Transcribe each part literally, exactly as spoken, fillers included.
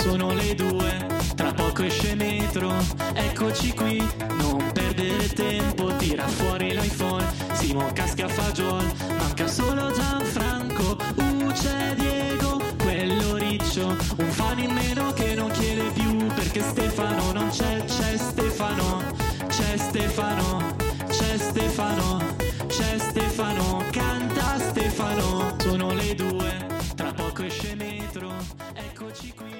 Sono le due, tra poco esce Metro, eccoci qui, non perdere tempo, tira fuori l'iPhone, Simo casca fagiol, manca solo Gianfranco, uh c'è Diego, quello riccio, un fan in meno che non chiede più, perché Stefano non c'è, c'è Stefano, c'è Stefano, c'è Stefano, c'è Stefano, canta Stefano, sono le due, tra poco esce Metro, eccoci qui.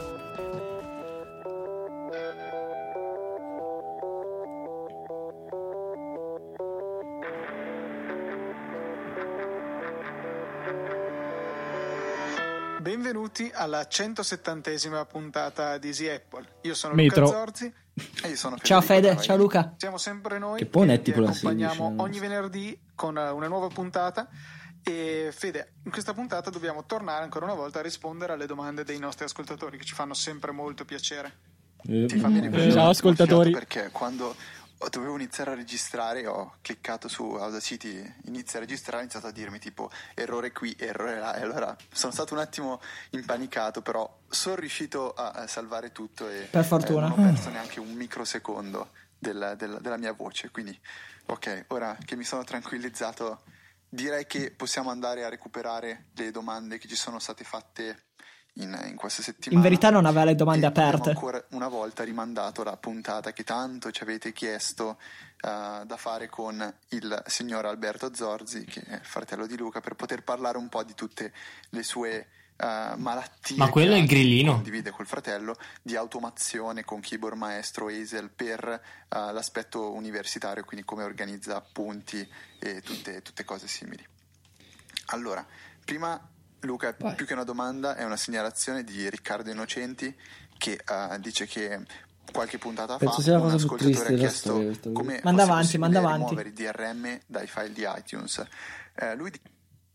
Benvenuti alla centosettantesima puntata di Easy Apple. Io sono Metro. Luca Zorzi e io sono Federico Ciao Fede, Travaglio. ciao Luca. Siamo sempre noi Che poi non è che vi tipo la accompagniamo sedici, ogni venerdì con una nuova puntata. E Fede, in questa puntata dobbiamo tornare ancora una volta a rispondere alle domande dei nostri ascoltatori, che ci fanno sempre molto piacere. Eh, Ti fa bene Eh, così, ciao, ho ascoltatori. confiato perché quando dovevo iniziare a registrare ho cliccato su Audacity, inizia a registrare, ha iniziato a dirmi tipo errore qui, errore là, e allora sono stato un attimo impanicato, però sono riuscito a, a salvare tutto e Per fortuna. eh, non ho perso neanche un microsecondo del, del, della mia voce, quindi ok, ora che mi sono tranquillizzato direi che possiamo andare a recuperare le domande che ci sono state fatte In, in questa settimana. In verità non aveva le domande e aperte. abbiamo ancora una volta rimandato la puntata che tanto ci avete chiesto uh, da fare con il signor Alberto Zorzi, che è il fratello di Luca, per poter parlare un po' di tutte le sue uh, malattie. Ma quello che è il grillino. condivide col fratello, di automazione con keyboard maestro Hazel per uh, l'aspetto universitario, quindi come organizza appunti e tutte, tutte cose simili. Allora, prima Luca, Vai. più che una domanda è una segnalazione di Riccardo Innocenti che uh, dice che qualche puntata Penso fa sia la un cosa più ascoltatore triste ha della chiesto storia, questo come video. Manda fosse avanti, possibile manda avanti. rimuovere i D R M dai file di iTunes. Eh, lui di-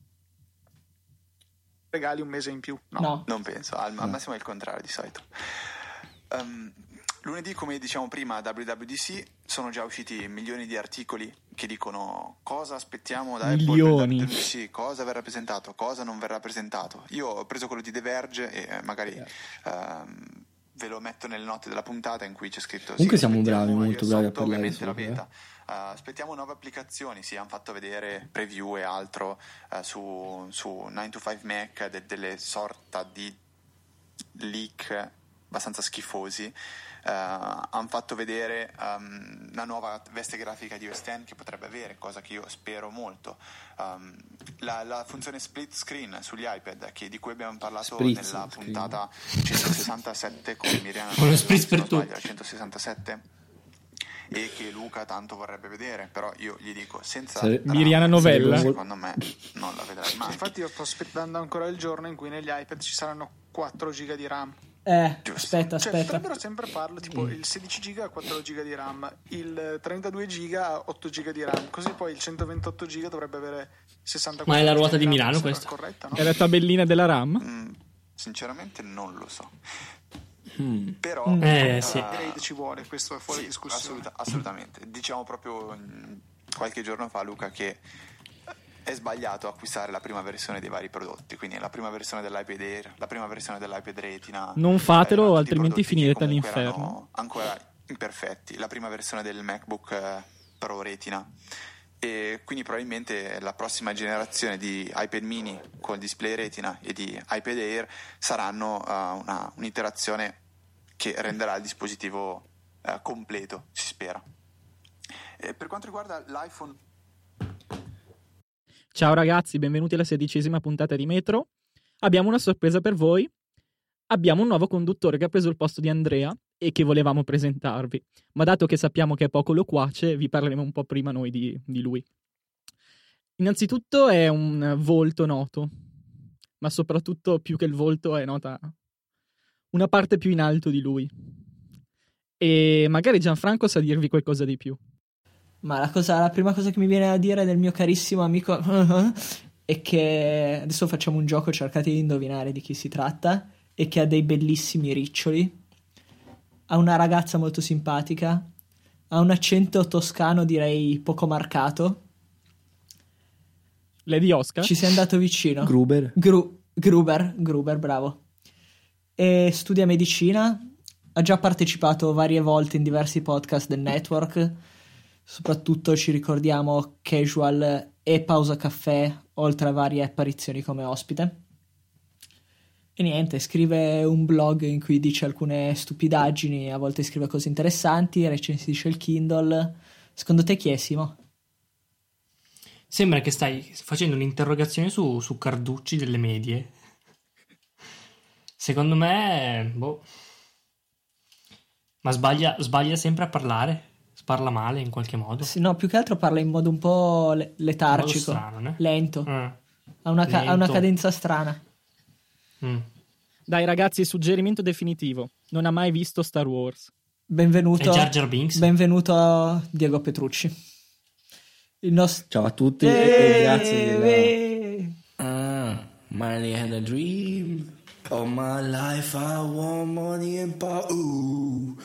Regali un mese in più? No. No. non penso, al, al massimo è il contrario di solito. Um, lunedì, come diciamo prima, a W W D C sono già usciti milioni di articoli che dicono cosa aspettiamo da Apple Milioni. per W W D C, cosa verrà presentato, cosa non verrà presentato. Io ho preso quello di The Verge e magari um, ve lo metto nelle note della puntata in cui c'è scritto Comunque sì, siamo aspettiamo bravi, molto iOS bravi a otto, parlare ovviamente di la sopra, beta. Uh, aspettiamo nuove applicazioni, sì, hanno fatto vedere preview e altro uh, su, su nine to five Mac, de- delle sorta di leak abbastanza schifosi. Uh, hanno fatto vedere um, una nuova veste grafica di O S X che potrebbe avere, cosa che io spero molto. Um, la, la funzione split screen sugli iPad, che, di cui abbiamo parlato Split nella screen. puntata centosessantasette con Miriana, Uno split se non per tutti. sbaglio, la centosessantasette, e che Luca tanto vorrebbe vedere, però io gli dico senza Sare- RAM, Miriana Novella. secondo me non la vedrai mai. Infatti io sto aspettando ancora il giorno in cui negli iPad ci saranno quattro giga di RAM. Eh, Giusto. aspetta, Cioè aspetta. potrebbero sempre farlo tipo il sedici giga ha quattro giga di RAM, il trentadue giga ha otto giga di RAM, così poi il centoventotto giga dovrebbe avere sessantaquattro. Ma è la giga ruota di RAM, Milano mi sembra questa? corretta, no? È la tabellina della RAM? Mm, sinceramente non lo so. Mm. Però Eh, eh, sì. Upgrade ci vuole, questo è fuori sì, discussione. assoluta- assolutamente. Diciamo proprio mm, qualche giorno fa, Luca, che è sbagliato acquistare la prima versione dei vari prodotti, quindi la prima versione dell'iPad Air, la prima versione dell'iPad Retina. Non fatelo, erano tutti altrimenti prodotti che finirete comunque all'inferno. erano ancora imperfetti. La prima versione del MacBook eh, Pro Retina, e quindi probabilmente la prossima generazione di iPad mini con display Retina e di iPad Air saranno uh, una, un'iterazione che renderà il dispositivo uh, completo, si spera. E per quanto riguarda l'iPhone, Ciao ragazzi, benvenuti alla sedicesima puntata di Metro. Abbiamo una sorpresa per voi. Abbiamo un nuovo conduttore che ha preso il posto di Andrea e che volevamo presentarvi. Ma dato che sappiamo che è poco loquace, vi parleremo un po' prima noi di, di lui. Innanzitutto è un volto noto, ma soprattutto più che il volto è nota una parte più in alto di lui. E magari Gianfranco sa dirvi qualcosa di più. Ma la, cosa, la prima cosa che mi viene a dire del mio carissimo amico è che adesso facciamo un gioco, cercate di indovinare di chi si tratta, e che ha dei bellissimi riccioli, ha una ragazza molto simpatica, ha un accento toscano direi poco marcato. Lady Oscar? Ci sei andato vicino. Gruber. Gru- Gruber, Gruber, bravo. e studia medicina. Ha già partecipato varie volte in diversi podcast del network, soprattutto ci ricordiamo Casual e Pausa Caffè, oltre a varie apparizioni come ospite. E niente, scrive un blog in cui dice alcune stupidaggini, a volte scrive cose interessanti, recensisce il Kindle. Secondo te chi è, Simo? Sembra che stai facendo un'interrogazione su, su Carducci delle medie. Secondo me, boh. Ma sbaglia, sbaglia sempre a parlare? Parla male in qualche modo? Sì, no, più che altro parla in modo un po' le- letargico, In modo strano, né? lento. Ah, Ha una, ca- ha una lento. cadenza strana. mm. Dai ragazzi, suggerimento definitivo. Non ha mai visto Star Wars. Benvenuto, E Jar Jar Binks? benvenuto a Diego Petrucci. Il nostro... Ciao a tutti Eh, e grazie della... eh. Ah, Marley had a dream. All my life I want money and power. Ooh.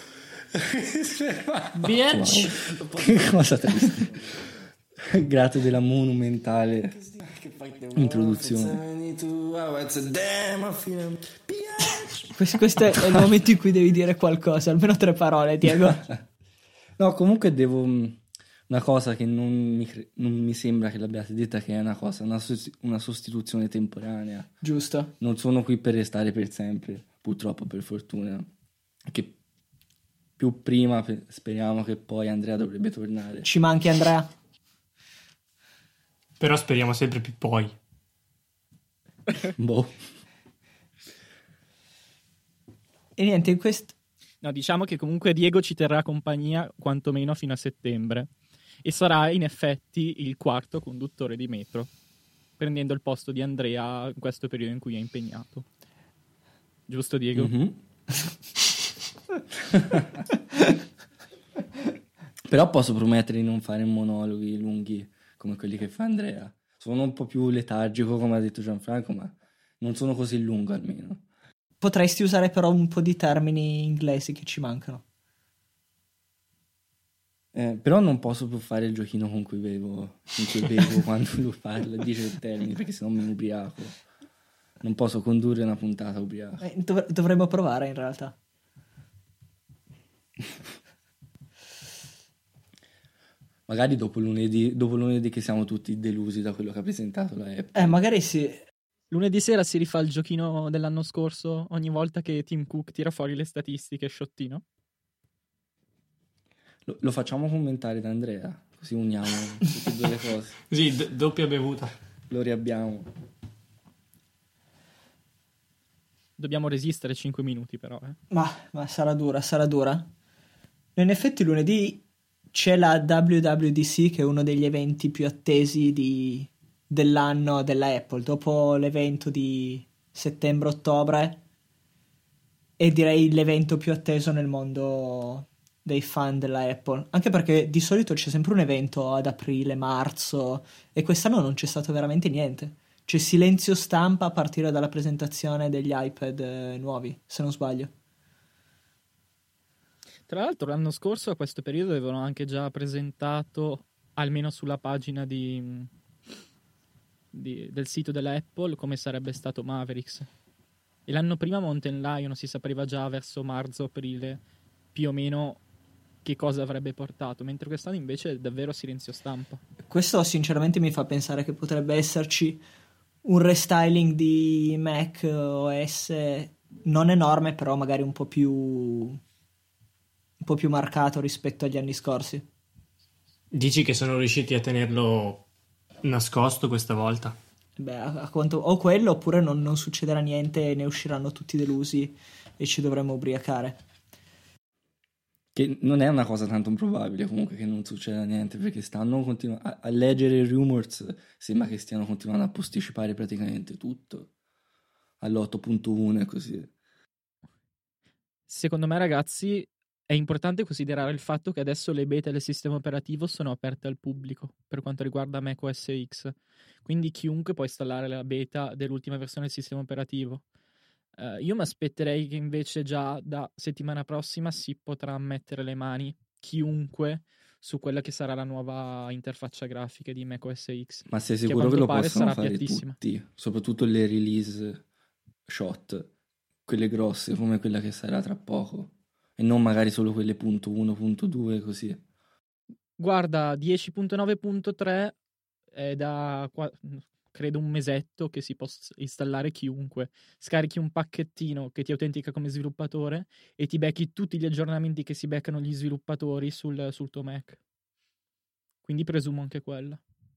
Bitch! Wow. Che cosa triste. Grazie della monumentale introduzione. Questo, questo è il momento in cui devi dire qualcosa, almeno tre parole, Diego. No, comunque devo... Una cosa che non mi, cre- non mi sembra che l'abbiate detta, che è una cosa, una, sost- una sostituzione temporanea. Giusto. Non sono qui per restare per sempre, purtroppo, per fortuna. Che più prima pe- speriamo che poi Andrea dovrebbe tornare. Ci manchi Andrea? Però speriamo sempre più poi. Boh. E niente, in questo... No, diciamo che comunque Diego ci terrà compagnia quantomeno fino a settembre e sarà in effetti il quarto conduttore di Metro, prendendo il posto di Andrea in questo periodo in cui è impegnato. Giusto, Diego? Mhm. Però posso promettere di non fare monologhi lunghi come quelli che fa Andrea. Sono un po' più letargico, come ha detto Gianfranco, ma non sono così lungo almeno. Potresti usare però un po' di termini inglesi che ci mancano. Eh, però non posso più fare il giochino con cui bevo, con cui bevo quando lui parla e dice il termine, perché sennò mi ubriaco. Non posso condurre una puntata ubriaco. Eh, dov- dovremmo provare in realtà. Magari dopo lunedì, dopo lunedì che siamo tutti delusi da quello che ha presentato la Apple. Eh, magari sì. Lunedì sera si rifà il giochino dell'anno scorso ogni volta che Tim Cook tira fuori le statistiche sciottino. Lo, lo facciamo commentare da Andrea, così uniamo tutte e due le cose. Sì, d- doppia bevuta. Lo riabbiamo. Dobbiamo resistere cinque minuti però. Eh. Ma, ma sarà dura, sarà dura. In effetti lunedì c'è la W W D C, che è uno degli eventi più attesi di... dell'anno della Apple, dopo l'evento di settembre-ottobre, e direi l'evento più atteso nel mondo dei fan della Apple, anche perché di solito c'è sempre un evento ad aprile, marzo, e quest'anno non c'è stato veramente niente. C'è silenzio stampa a partire dalla presentazione degli iPad eh, nuovi, se non sbaglio. Tra l'altro l'anno scorso a questo periodo avevano anche già presentato, almeno sulla pagina di... Di, del sito della Apple, come sarebbe stato Mavericks, e l'anno prima Mountain Lion si sapeva già verso marzo-aprile più o meno che cosa avrebbe portato, mentre quest'anno invece è davvero silenzio stampa. Questo sinceramente mi fa pensare che potrebbe esserci un restyling di Mac O S non enorme, però magari un po' più un po' più marcato rispetto agli anni scorsi. Dici che sono riusciti a tenerlo nascosto questa volta? Beh, a, a quanto, o quello, oppure non, non succederà niente e ne usciranno tutti delusi e ci dovremmo ubriacare. Che non è una cosa tanto improbabile comunque che non succeda niente, perché stanno continuando a, a leggere i rumors, sembra che stiano continuando a posticipare praticamente tutto all'otto punto uno e così. Secondo me, ragazzi, è importante considerare il fatto che adesso le beta del sistema operativo sono aperte al pubblico per quanto riguarda macOS X, quindi chiunque può installare la beta dell'ultima versione del sistema operativo. Uh, io mi aspetterei che invece già da settimana prossima si potrà mettere le mani, chiunque, su quella che sarà la nuova interfaccia grafica di macOS X. Ma sei che a sicuro che, quanto lo pare possono sarà fare piattissima. tutti? Soprattutto le release shot quelle grosse come quella che sarà tra poco e non magari solo quelle punto uno, punto due così. Guarda, dieci punto nove punto tre è da qua- credo un mesetto che si può s- installare chiunque. Scarichi un pacchettino che ti autentica come sviluppatore e ti becchi tutti gli aggiornamenti che si beccano gli sviluppatori sul, sul tuo Mac. Quindi presumo anche quella.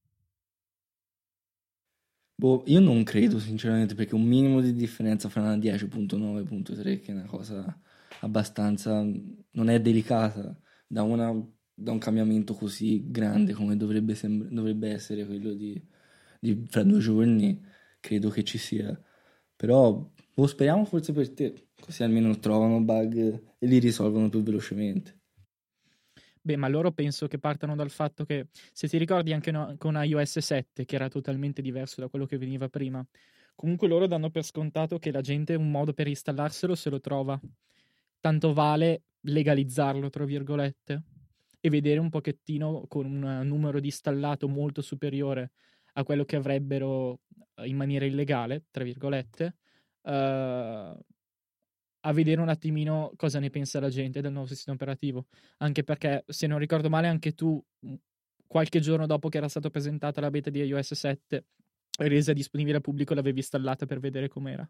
Boh, io non credo sinceramente perché un minimo di differenza fra una dieci punto nove punto tre che è una cosa abbastanza non è delicata da, una, da un cambiamento così grande come dovrebbe, sembra, dovrebbe essere quello di, di fra due giorni, credo che ci sia. Però boh, speriamo forse per te, così almeno trovano bug e li risolvono più velocemente. Beh, ma loro penso che partano dal fatto che, se ti ricordi anche no- con iOS sette, che era totalmente diverso da quello che veniva prima, comunque loro danno per scontato che la gente un modo per installarselo se lo trova. Tanto vale legalizzarlo, tra virgolette, e vedere un pochettino con un numero di installato molto superiore a quello che avrebbero eh, in maniera illegale, tra virgolette, eh, a vedere un attimino cosa ne pensa la gente del nuovo sistema operativo. Anche perché, se non ricordo male, anche tu, mh, qualche giorno dopo che era stata presentata la beta di iOS sette, resa disponibile al pubblico, l'avevi installata per vedere com'era.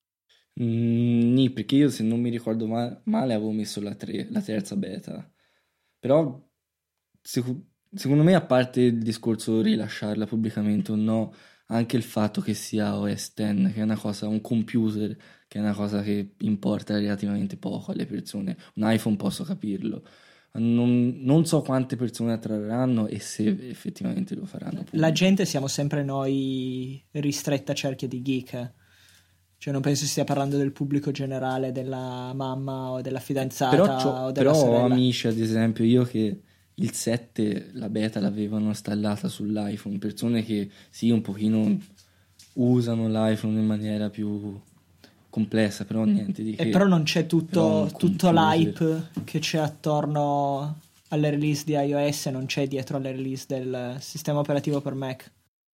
Mm, nì, perché io se non mi ricordo ma- male avevo messo la tre, la terza beta. Però secu- secondo me, a parte il discorso rilasciarla pubblicamente o no, anche il fatto che sia O S dieci, che è una cosa, un computer, che è una cosa che importa relativamente poco alle persone. Un iPhone posso capirlo. Non, non so quante persone attrarranno e se effettivamente lo faranno pubblico. La gente siamo sempre noi ristretta cerchia di geek. eh. Cioè non penso stia parlando del pubblico generale, della mamma o della fidanzata Però, c'ho- o della però ho sorella. amici, ad esempio, io che il sette, la beta l'avevano installata sull'iPhone, persone che sì, un pochino usano l'iPhone in maniera più complessa, però niente di che. E però non c'è Però tutto, un tutto computer. l'hype che c'è attorno alle release di iOS, non c'è dietro alle release del sistema operativo per Mac.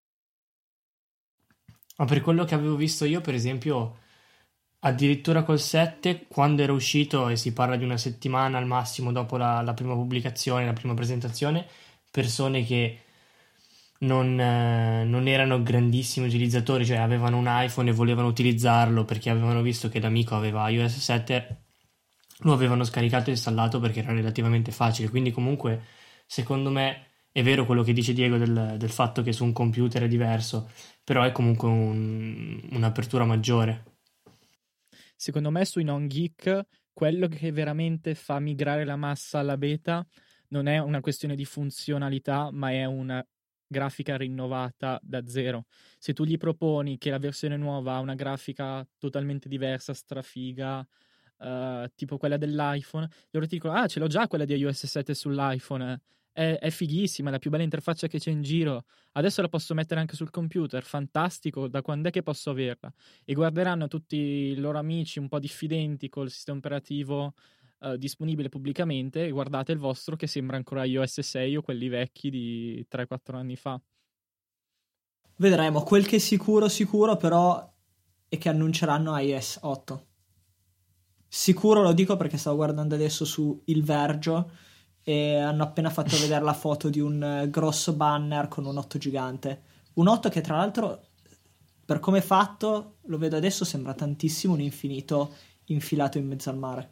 Ma per quello che avevo visto io, per esempio, addirittura col sette, quando era uscito, e si parla di una settimana al massimo dopo la, la prima pubblicazione, la prima presentazione, persone che non, eh, non erano grandissimi utilizzatori, cioè avevano un iPhone e volevano utilizzarlo perché avevano visto che l'amico aveva iOS sette, lo avevano scaricato e installato perché era relativamente facile. Quindi comunque, secondo me, è vero quello che dice Diego del, del fatto che su un computer è diverso, però è comunque un- un'apertura maggiore. Secondo me sui non geek quello che veramente fa migrare la massa alla beta non è una questione di funzionalità, ma è una grafica rinnovata da zero. Se tu gli proponi che la versione nuova ha una grafica totalmente diversa, strafiga, eh, tipo quella dell'iPhone, loro ti dicono: ah, ce l'ho già quella di iOS sette sull'iPhone, è, è fighissima, è la più bella interfaccia che c'è in giro, adesso la posso mettere anche sul computer, fantastico, da quando è che posso averla? E guarderanno tutti i loro amici un po' diffidenti col sistema operativo eh, disponibile pubblicamente, e guardate il vostro che sembra ancora iOS sei o quelli vecchi di tre quattro anni fa. Vedremo. Quel che è sicuro sicuro però è che annunceranno iOS otto. Sicuro lo dico perché stavo guardando adesso su Il Vergio e hanno appena fatto vedere la foto di un eh, grosso banner con un otto gigante. Un otto che tra l'altro, per come è fatto, lo vedo adesso, sembra tantissimo un infinito infilato in mezzo al mare.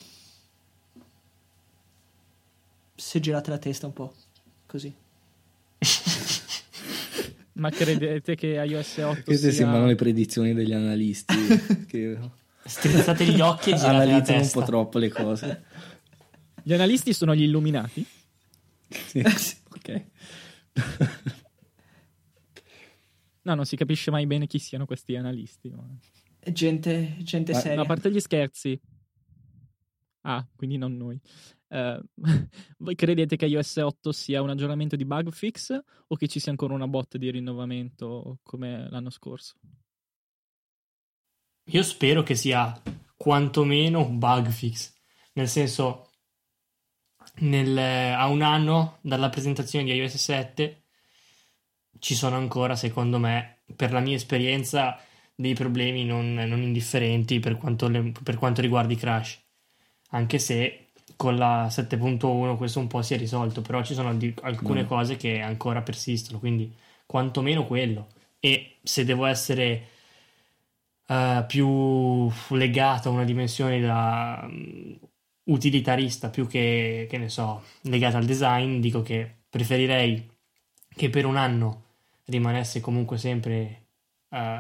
Se girate la testa un po' così. Ma credete che iOS otto Queste sia... sembrano le predizioni degli analisti che Strizzate gli occhi e girate la analizzano un testa. po' troppo le cose. Gli analisti sono gli illuminati? Sì. Ok. No, non si capisce mai bene chi siano questi analisti. ma- Gente, gente Ma- No, seria. a parte gli scherzi. Ah, quindi non noi. Eh, voi credete che iOS otto sia un aggiornamento di bug fix o che ci sia ancora una botta di rinnovamento come l'anno scorso? Io spero che sia quantomeno un bug fix, nel senso, nel, a un anno dalla presentazione di iOS sette ci sono ancora, secondo me, per la mia esperienza, dei problemi non, non indifferenti per quanto, le- per quanto riguarda i crash, anche se con la sette punto uno questo un po' si è risolto, però ci sono di- alcune Mm. cose che ancora persistono, quindi quantomeno quello. E se devo essere eh, più legato a una dimensione da mm, utilitarista più che, che ne so, legata al design, dico che preferirei che per un anno rimanesse comunque sempre eh,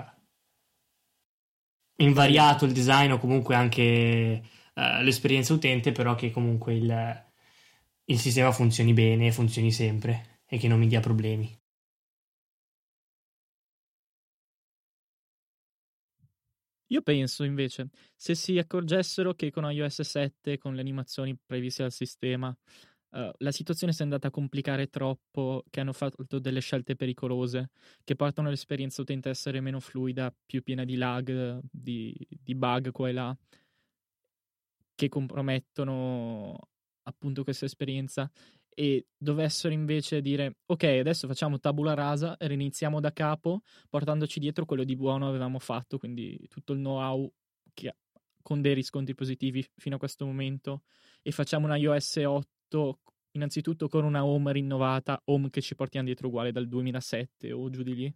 invariato il design o comunque anche eh, l'esperienza utente, però che comunque il, il sistema funzioni bene, funzioni sempre e che non mi dia problemi. Io penso invece, se si accorgessero che con iOS sette, con le animazioni previste dal sistema, eh, la situazione si è andata a complicare troppo, che hanno fatto delle scelte pericolose, che portano l'esperienza utente a essere meno fluida, più piena di lag, di, di bug qua e là, che compromettono appunto questa esperienza, e dovessero invece dire ok, adesso facciamo tabula rasa e riniziamo da capo, portandoci dietro quello di buono avevamo fatto, quindi tutto il know-how che, con dei riscontri positivi fino a questo momento, e facciamo una iOS otto innanzitutto con una home rinnovata, home che ci portiamo dietro uguale dal duemilasette o giù di lì,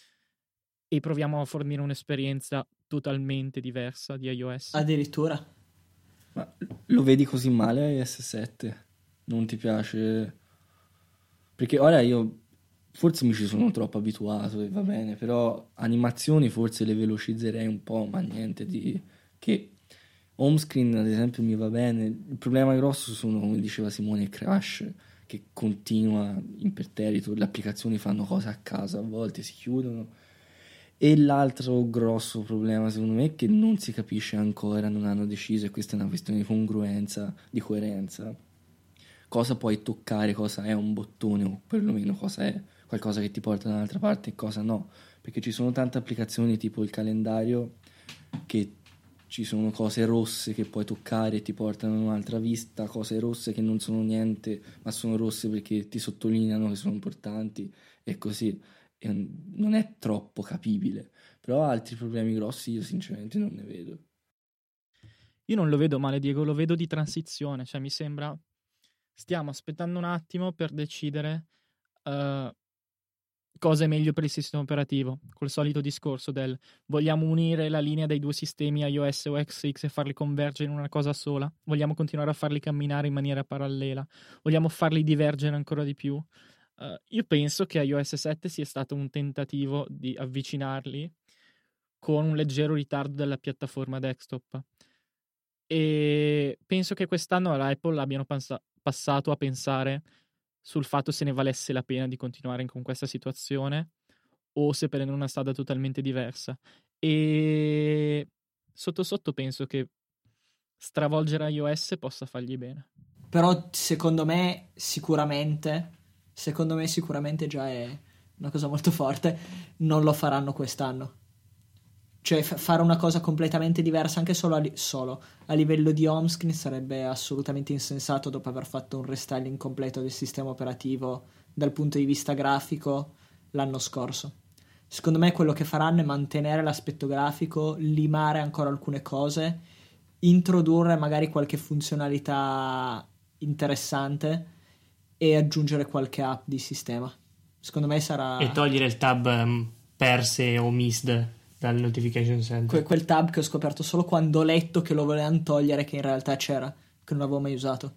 e proviamo a fornire un'esperienza totalmente diversa di iOS. Addirittura. Ma lo vedi così male iOS sette? Non ti piace? Perché ora io forse mi ci sono troppo abituato e va bene, però animazioni forse le velocizzerei un po', ma niente di che. Home screen ad esempio mi va bene. Il problema grosso sono, come diceva Simone, il crash che continua imperterrito, le applicazioni fanno cose a caso, a volte si chiudono. E l'altro grosso problema secondo me è che non si capisce ancora, non hanno deciso, e questa è una questione di congruenza, di coerenza, cosa puoi toccare, cosa è un bottone, o perlomeno cosa è qualcosa che ti porta da un'altra parte e cosa no, perché ci sono tante applicazioni tipo il calendario che ci sono cose rosse che puoi toccare e ti portano in un'altra vista, cose rosse che non sono niente ma sono rosse perché ti sottolineano che sono importanti e così. E non è troppo capibile, però altri problemi grossi io sinceramente non ne vedo. Io non lo vedo male, Diego, lo vedo di transizione, cioè mi sembra stiamo aspettando un attimo per decidere uh, cosa è meglio per il sistema operativo, col solito discorso del vogliamo unire la linea dei due sistemi iOS e O S X e farli convergere in una cosa sola, vogliamo continuare a farli camminare in maniera parallela, vogliamo farli divergere ancora di più. Uh, io penso che iOS sette sia stato un tentativo di avvicinarli con un leggero ritardo della piattaforma desktop, e penso che quest'anno all'Apple abbiano passa- passato a pensare sul fatto se ne valesse la pena di continuare con questa situazione o se prendere una strada totalmente diversa, e sotto sotto penso che stravolgere iOS possa fargli bene. Però secondo me sicuramente, secondo me sicuramente già è una cosa molto forte, non lo faranno quest'anno. Cioè f- fare una cosa completamente diversa anche solo a, li- solo a livello di home screen sarebbe assolutamente insensato dopo aver fatto un restyling completo del sistema operativo dal punto di vista grafico l'anno scorso. Secondo me quello che faranno è mantenere l'aspetto grafico, limare ancora alcune cose, introdurre magari qualche funzionalità interessante e aggiungere qualche app di sistema. Secondo me sarà E togliere il tab um, perse o missed dal notification center. que- quel tab che ho scoperto solo quando ho letto che lo volevano togliere, che in realtà c'era, che non avevo mai usato.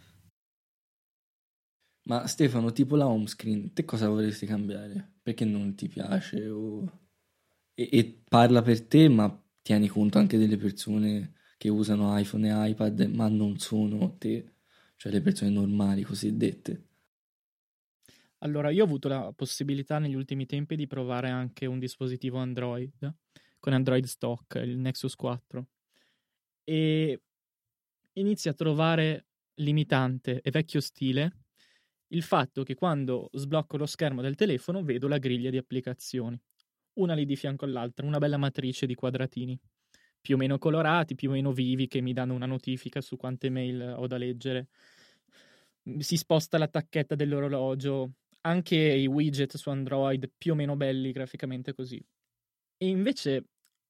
Ma Stefano, tipo la home screen, te cosa vorresti cambiare? Perché non ti piace? O... E, e parla per te, ma tieni conto anche delle persone che usano iPhone e iPad, ma non sono te, cioè le persone normali, cosiddette. Allora, io ho avuto la possibilità negli ultimi tempi di provare anche un dispositivo Android, con Android stock, il Nexus quattro, e inizio a trovare limitante e vecchio stile il fatto che quando sblocco lo schermo del telefono vedo la griglia di applicazioni, una lì di fianco all'altra, una bella matrice di quadratini, più o meno colorati, più o meno vivi, che mi danno una notifica su quante mail ho da leggere. Si sposta la tacchetta dell'orologio, anche i widget su Android più o meno belli graficamente così. E invece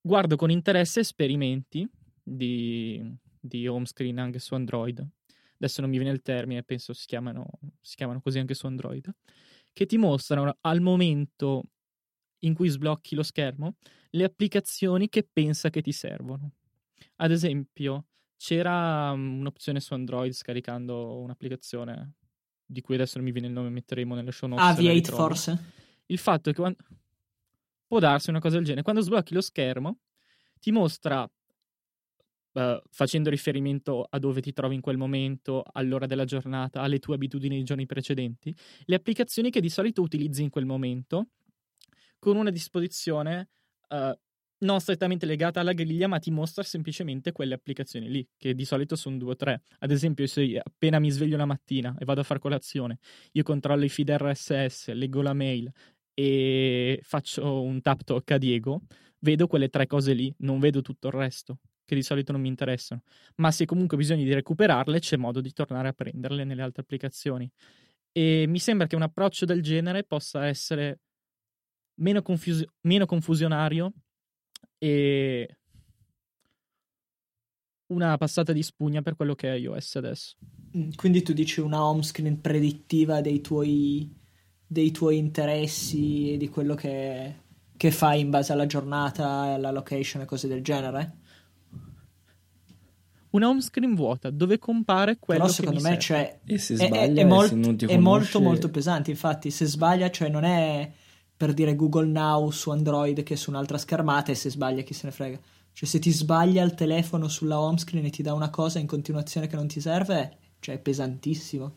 guardo con interesse esperimenti di, di home screen anche su Android. Adesso non mi viene il termine, penso si chiamano, si chiamano così anche su Android, che ti mostrano al momento in cui sblocchi lo schermo le applicazioni che pensa che ti servono. Ad esempio, c'era un'opzione su Android scaricando un'applicazione di cui adesso non mi viene il nome, metteremo nelle show notes. Ah, V otto forse? Il fatto è che quando... può darsi una cosa del genere. Quando sblocchi lo schermo ti mostra, uh, facendo riferimento a dove ti trovi in quel momento, all'ora della giornata, alle tue abitudini nei giorni precedenti, le applicazioni che di solito utilizzi in quel momento, con una disposizione uh, non strettamente legata alla griglia, ma ti mostra semplicemente quelle applicazioni lì, che di solito sono due o tre. Ad esempio, se appena mi sveglio la mattina e vado a fare colazione, io controllo i feed R S S, leggo la mail e faccio un tap talk a Diego, vedo quelle tre cose lì, non vedo tutto il resto, che di solito non mi interessano. Ma se comunque ho bisogno di recuperarle, c'è modo di tornare a prenderle nelle altre applicazioni. E mi sembra che un approccio del genere possa essere meno, confus- meno confusionario e una passata di spugna per quello che è iOS adesso. Quindi tu dici una home screen predittiva dei tuoi, dei tuoi interessi e di quello che, che fai in base alla giornata, alla location e cose del genere? Una home screen vuota dove compare quello Però che secondo mi me serve. cioè, E se è, sbaglia, è, è, molt- se non ti è conosce... molto molto pesante. Infatti se sbaglia, cioè non è per dire Google Now su Android che su un'altra schermata, e se sbaglia chi se ne frega. Cioè se ti sbaglia il telefono sulla home screen e ti dà una cosa in continuazione che non ti serve, cioè è pesantissimo.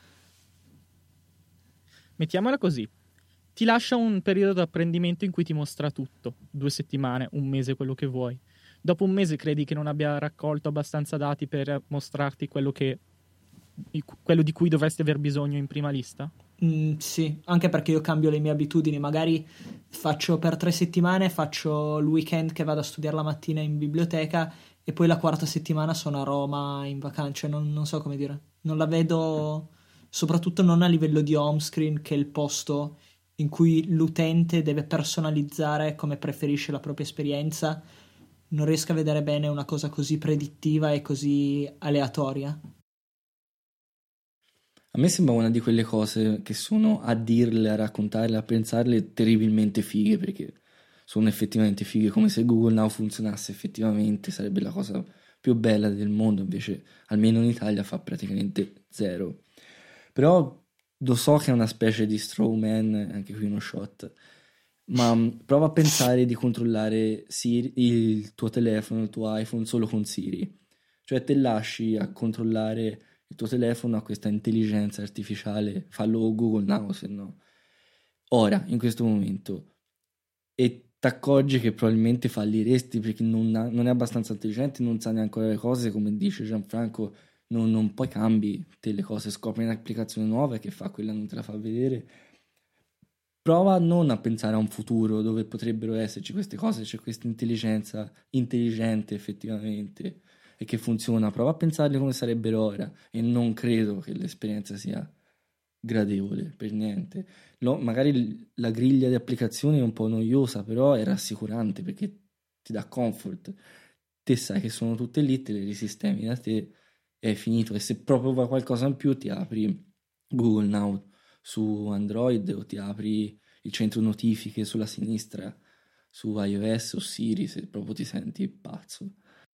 Mettiamola così: ti lascia un periodo di apprendimento in cui ti mostra tutto, due settimane, un mese, quello che vuoi. Dopo un mese credi che non abbia raccolto abbastanza dati per mostrarti quello che quello di cui dovresti aver bisogno in prima lista? Mm, sì, anche perché io cambio le mie abitudini, magari faccio per tre settimane, faccio il weekend che vado a studiare la mattina in biblioteca e poi la quarta settimana sono a Roma in vacanza, cioè non, non so come dire, non la vedo, soprattutto non a livello di home screen, che è il posto in cui l'utente deve personalizzare come preferisce la propria esperienza. Non riesco a vedere bene una cosa così predittiva e così aleatoria. A me sembra una di quelle cose che sono, a dirle, a raccontarle, a pensarle, terribilmente fighe, perché sono effettivamente fighe, come se Google Now funzionasse effettivamente, sarebbe la cosa più bella del mondo, invece almeno in Italia fa praticamente zero. Però lo so che è una specie di straw man, anche qui uno shot, ma prova a pensare di controllare Siri, il tuo telefono, il tuo iPhone solo con Siri, cioè te lasci a controllare il tuo telefono a questa intelligenza artificiale, fallo Google Now se no, ora, in questo momento, e ti accorgi che probabilmente falliresti perché non, ha, non è abbastanza intelligente, non sa neanche le cose, come dice Gianfranco, non, non poi cambi te le cose, scopri un'applicazione nuova che fa quella, non te la fa vedere. Prova non a pensare a un futuro dove potrebbero esserci queste cose, c'è questa intelligenza intelligente effettivamente e che funziona, prova a pensarle come sarebbero ora, e non credo che l'esperienza sia gradevole per niente. No, magari la griglia di applicazioni è un po' noiosa, però è rassicurante perché ti dà comfort, te sai che sono tutte lì, te le risistemi da te, è finito. E se proprio vuoi qualcosa in più ti apri Google Now su Android o ti apri il centro notifiche sulla sinistra su iOS o Siri, se proprio ti senti pazzo.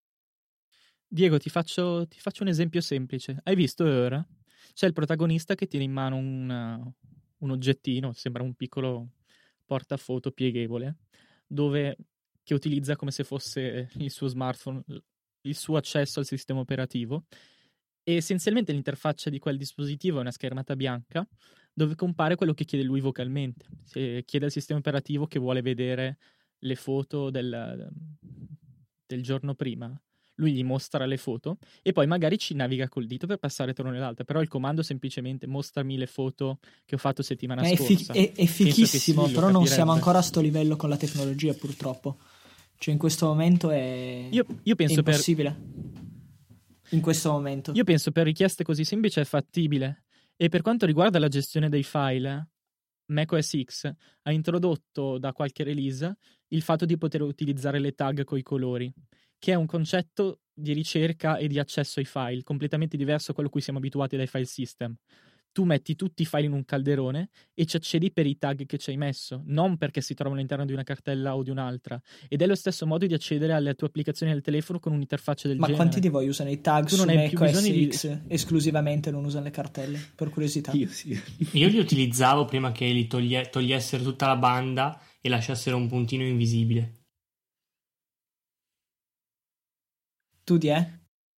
Diego, ti faccio, ti faccio un esempio semplice. Hai visto ora? C'è il protagonista che tiene in mano un, un oggettino, sembra un piccolo portafoto pieghevole, dove, che utilizza come se fosse il suo smartphone, il suo accesso al sistema operativo. E essenzialmente l'interfaccia di quel dispositivo è una schermata bianca dove compare quello che chiede lui vocalmente. Se chiede al sistema operativo che vuole vedere le foto del, del giorno prima, lui gli mostra le foto e poi magari ci naviga col dito per passare tra una e l'altra, però il comando è semplicemente mostrami le foto che ho fatto settimana Ma è, scorsa. fi- è, è fichissimo, sì, però non siamo ancora a sto livello con la tecnologia, purtroppo. Cioè in questo momento è, io, io penso è impossibile. Per... In questo momento. Io penso per richieste così semplici è fattibile. E per quanto riguarda la gestione dei file, macOS X ha introdotto da qualche release il fatto di poter utilizzare le tag coi colori, che è un concetto di ricerca e di accesso ai file completamente diverso da quello a cui siamo abituati dai file system. Tu metti tutti i file in un calderone e ci accedi per i tag che ci hai messo, non perché si trovano all'interno di una cartella o di un'altra. Ed è lo stesso modo di accedere alle tue applicazioni del telefono con un'interfaccia del Ma genere. quanti di voi usano i tag Tu su non hai più Mac bisogno O di- S X esclusivamente, non usano le cartelle? Per curiosità. Io sì. Io li utilizzavo prima che li toglie- togliessero tutta la banda e lasciassero un puntino invisibile. Tu di è?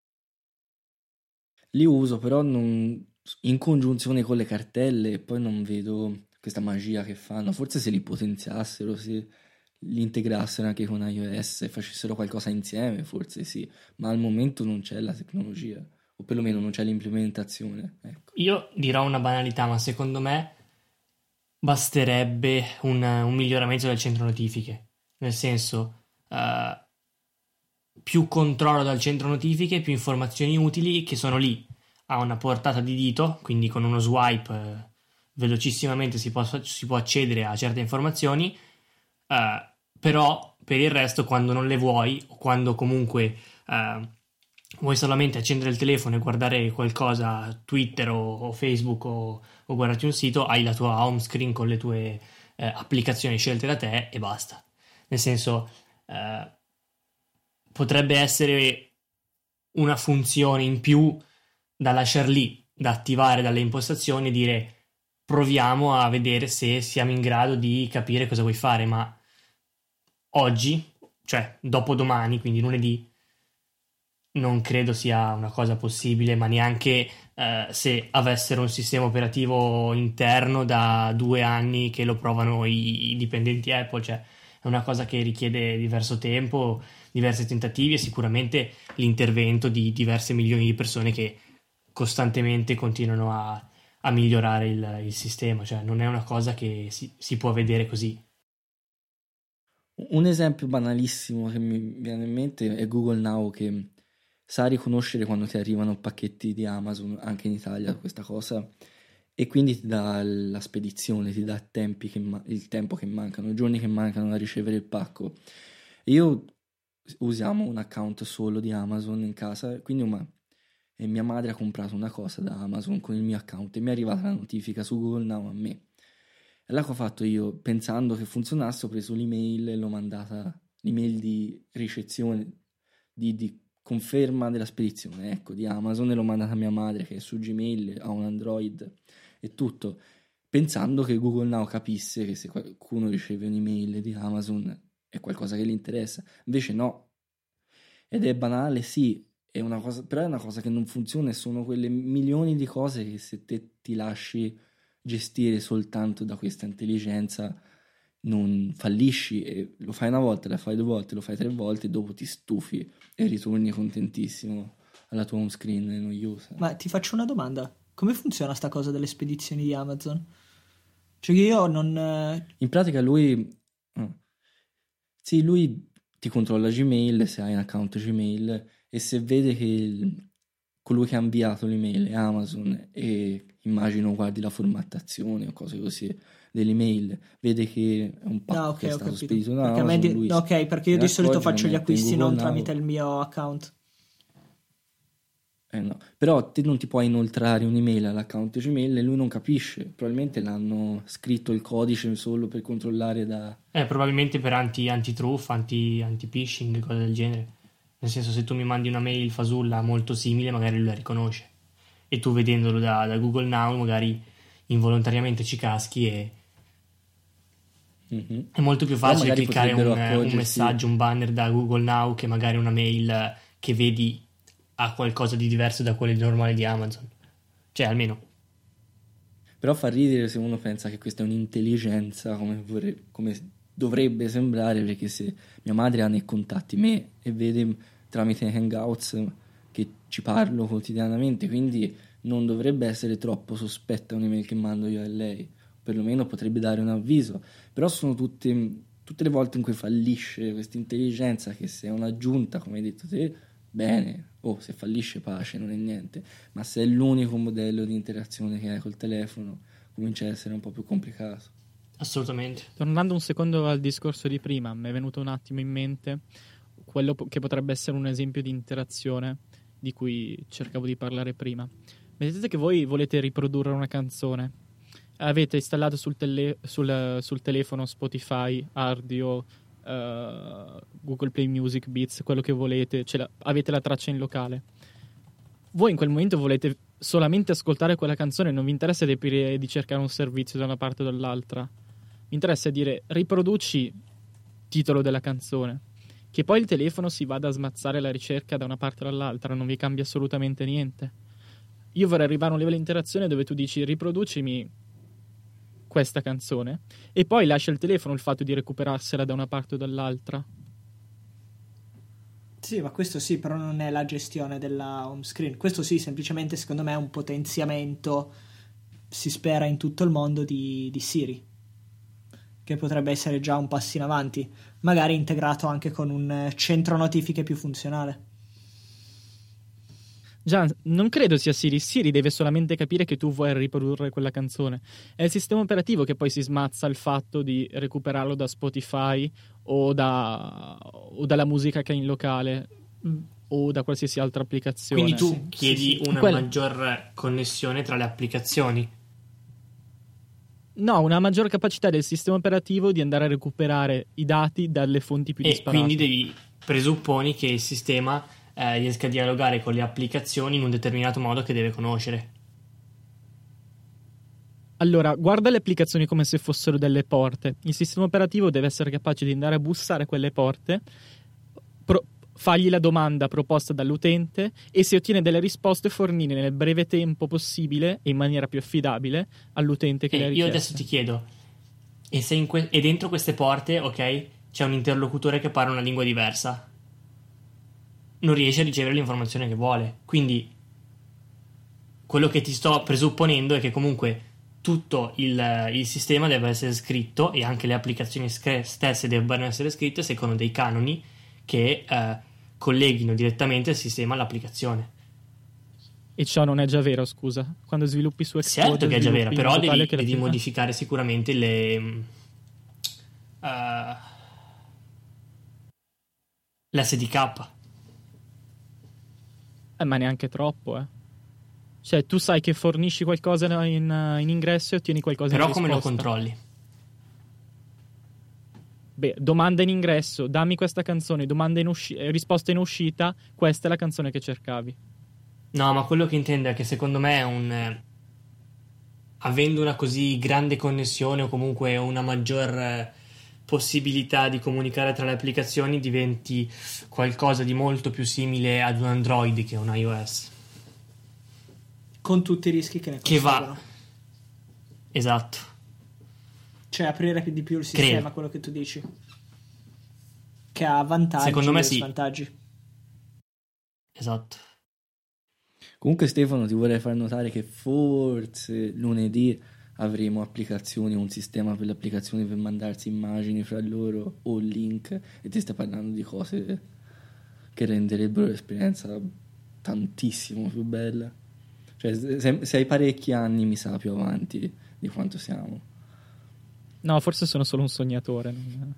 Li uso, però non- in congiunzione con le cartelle, e poi non vedo questa magia che fanno. Forse se li potenziassero, se li integrassero anche con iOS e facessero qualcosa insieme, forse sì, ma al momento non c'è la tecnologia, o perlomeno non c'è l'implementazione. Ecco. Io dirò una banalità, ma secondo me basterebbe un, un miglioramento del centro notifiche. Nel senso, eh, più controllo dal centro notifiche, più informazioni utili che sono lì a una portata di dito, quindi con uno swipe eh, velocissimamente si può, si può accedere a certe informazioni, eh, però per il resto quando non le vuoi o quando comunque eh, vuoi solamente accendere il telefono e guardare qualcosa, Twitter o, o Facebook o, o guardarti un sito, hai la tua home screen con le tue eh, applicazioni scelte da te e basta. Nel senso, eh, potrebbe essere una funzione in più da lasciare lì, da attivare dalle impostazioni e dire proviamo a vedere se siamo in grado di capire cosa vuoi fare, ma oggi, cioè dopodomani, quindi lunedì, non credo sia una cosa possibile, ma neanche eh, se avessero un sistema operativo interno da due anni che lo provano i, i dipendenti Apple, cioè è una cosa che richiede diverso tempo, diversi tentativi e sicuramente l'intervento di diverse milioni di persone che costantemente continuano a, a migliorare il, il sistema, cioè non è una cosa che si, si può vedere così. Un esempio banalissimo che mi viene in mente è Google Now, che sa riconoscere quando ti arrivano pacchetti di Amazon, anche in Italia questa cosa, e quindi ti dà la spedizione, ti dà tempi che ma- il tempo che mancano, i giorni che mancano a ricevere il pacco. Io usiamo un account solo di Amazon in casa, quindi una, e mia madre ha comprato una cosa da Amazon con il mio account e mi è arrivata la notifica su Google Now a me. E là che ho fatto io, pensando che funzionasse, ho preso l'email e l'ho mandata, l'email di ricezione, di, di conferma della spedizione, ecco, di Amazon, e l'ho mandata a mia madre che è su Gmail, ha un Android e tutto, pensando che Google Now capisse che se qualcuno riceve un'email di Amazon è qualcosa che gli interessa. Invece no. Ed è banale, sì, è una cosa, però è una cosa che non funziona, e sono quelle milioni di cose che se te ti lasci gestire soltanto da questa intelligenza non fallisci, e lo fai una volta, la fai due volte, lo fai tre volte e dopo ti stufi e ritorni contentissimo alla tua home screen noiosa. Ma ti faccio una domanda. Come funziona sta cosa delle spedizioni di Amazon? Cioè che io non... eh, In pratica lui ah, sì, lui ti controlla Gmail, se hai un account Gmail, e se vede che il- colui che ha inviato l'email è Amazon, e immagino guardi la formattazione o cose così dell'email, vede che è un pacco Ah, ok, che è ho stato capito. spedito da Perché a me Amazon, di- lui ok, perché io se ne di solito accorge, faccio lo gli mette in acquisti Google non Now. tramite il mio account. Eh no. Però te non ti puoi inoltrare un'email all'account Gmail e lui non capisce, probabilmente l'hanno scritto il codice solo per controllare da... Eh, probabilmente per anti, anti-truffa, anti, anti-phishing, cose del genere. Nel senso, se tu mi mandi una mail fasulla molto simile, magari lui la riconosce. E tu vedendolo da, da Google Now, magari involontariamente ci caschi e Mhm. è molto più Però facile magari cliccare un, potrebbero un accorgersi- messaggio, un banner da Google Now che magari una mail che vedi ha qualcosa di diverso da quello normale di Amazon. Cioè, almeno. Però fa ridere se uno pensa che questa è un'intelligenza come, vorre- come dovrebbe sembrare, perché se mia madre ha nei contatti me e vede tramite Hangouts che ci parlo quotidianamente, quindi non dovrebbe essere troppo sospetta un'email che mando io a lei, perlomeno potrebbe dare un avviso. Però sono tutte, tutte le volte in cui fallisce questa intelligenza, che se è un'aggiunta, come hai detto te, bene, oh, se fallisce pace, non è niente, ma se è l'unico modello di interazione che hai col telefono comincia a essere un po' più complicato. Assolutamente. Tornando un secondo al discorso di prima, mi è venuto un attimo in mente quello po- che potrebbe essere un esempio di interazione di cui cercavo di parlare prima. Mettete che voi volete riprodurre una canzone, avete installato sul, tele- sul, sul telefono Spotify, Ardio, uh, Google Play Music, Beats, quello che volete, ce la- avete la traccia in locale. Voi in quel momento volete solamente ascoltare quella canzone, non vi interessa di, di cercare un servizio da una parte o dall'altra. Mi interessa dire riproduci titolo della canzone, che poi il telefono si vada a smazzare la ricerca da una parte o dall'altra, non vi cambia assolutamente niente. Io vorrei arrivare a un livello di interazione dove tu dici riproducimi questa canzone e poi lascia il telefono il fatto di recuperarsela da una parte o dall'altra. Sì, ma questo sì, però non è la gestione della home screen. Questo sì, semplicemente secondo me è un potenziamento, si spera in tutto il mondo, di, di Siri, che potrebbe essere già un passo in avanti, magari integrato anche con un centro notifiche più funzionale. Gian, non credo sia Siri. Siri deve solamente capire che tu vuoi riprodurre quella canzone. È il sistema operativo che poi si smazza il fatto di recuperarlo da Spotify o, da, o dalla musica che è in locale o da qualsiasi altra applicazione. Quindi tu Sì, chiedi sì, sì. una Quella- maggior connessione tra le applicazioni. No, una maggior capacità del sistema operativo di andare a recuperare i dati dalle fonti più E disparate. quindi devi presupponi che il sistema eh, riesca a dialogare con le applicazioni in un determinato modo che deve conoscere. Allora, guarda le applicazioni come se fossero delle porte. Il sistema operativo deve essere capace di andare a bussare a quelle porte, pro- fargli la domanda proposta dall'utente e se ottiene delle risposte fornire nel breve tempo possibile e in maniera più affidabile all'utente che E le ha io richieste. adesso ti chiedo, e, se in que- e dentro queste porte, ok, c'è un interlocutore che parla una lingua diversa, non riesce a ricevere l'informazione che vuole. Quindi quello che ti sto presupponendo è che comunque tutto il, il sistema deve essere scritto e anche le applicazioni sc- stesse debbano essere scritte secondo dei canoni che eh, colleghino direttamente il sistema all'applicazione. E ciò non è già vero, scusa. Quando sviluppi su Xcode, Certo che è già vera, sviluppi in però modo tale devi, che la devi prima- modificare sicuramente le mm, uh, l'S D K. Eh, ma neanche troppo, eh. Cioè, tu sai che fornisci qualcosa in, in ingresso e ottieni qualcosa Però in come lo risposta. controlli? Beh, domanda in ingresso, dammi questa canzone, domanda in usci- eh, risposta in uscita, questa è la canzone che cercavi. No, ma quello che intendo è che secondo me è un eh, avendo una così grande connessione o comunque una maggior eh, possibilità di comunicare tra le applicazioni diventi qualcosa di molto più simile ad un Android che un iOS. Con tutti i rischi che ne Che va- conseguono. Esatto. Cioè aprire più di più il sistema, Credo. quello che tu dici. Che ha vantaggi Secondo me e sì. svantaggi. Esatto. Comunque Stefano, ti vorrei far notare che forse lunedì avremo applicazioni, un sistema per le applicazioni per mandarsi immagini fra loro o link, e ti stai parlando di cose che renderebbero l'esperienza tantissimo più bella. Cioè, se- sei parecchi anni, mi sa, più avanti di quanto siamo. No, forse sono solo un sognatore. non-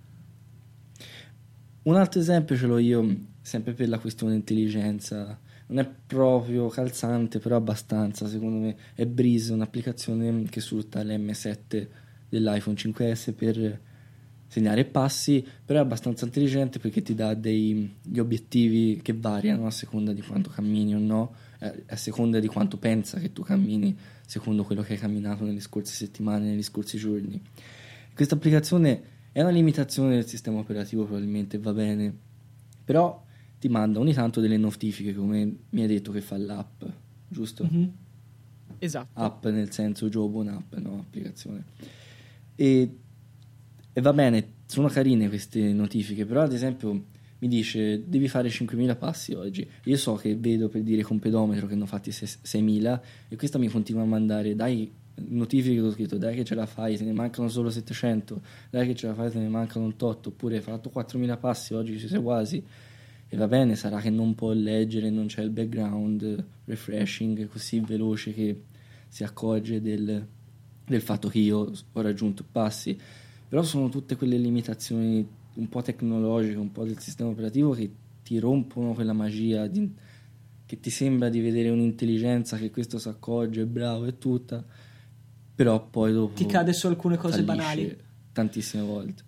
Un altro esempio ce l'ho io, sempre per la questione intelligenza. Non è proprio calzante, però abbastanza, secondo me. È Breeze, un'applicazione che sfrutta l'emme sette dell'iPhone cinque esse per segnare passi, però è abbastanza intelligente perché ti dà degli obiettivi che variano a seconda di quanto cammini o no, eh, a seconda di quanto pensa che tu cammini, secondo quello che hai camminato nelle scorse settimane, negli scorsi giorni. Questa applicazione è una limitazione del sistema operativo, probabilmente, va bene, però ti manda ogni tanto delle notifiche, come mi hai detto che fa l'app, giusto? Mhm. Esatto. App nel senso Jobo, un'app, no? Applicazione. E, e va bene, sono carine queste notifiche, però ad esempio mi dice devi fare cinquemila passi oggi. Io so che vedo, per dire, con pedometro che ne ho fatti seimila e questa mi continua a mandare dai notifiche che ho scritto, dai che ce la fai, te ne mancano solo settecento, dai che ce la fai, te ne mancano ottantotto, oppure hai fatto quattromila passi oggi, ci sei quasi. E va bene, sarà che non può leggere, non c'è il background refreshing così veloce che si accorge del, del fatto che io ho raggiunto passi, però sono tutte quelle limitazioni un po' tecnologiche, un po' del sistema operativo che ti rompono quella magia di, che ti sembra di vedere un'intelligenza che questo si accorge, è bravo e tutta, però poi dopo ti cade su alcune cose fallisce banali tantissime volte.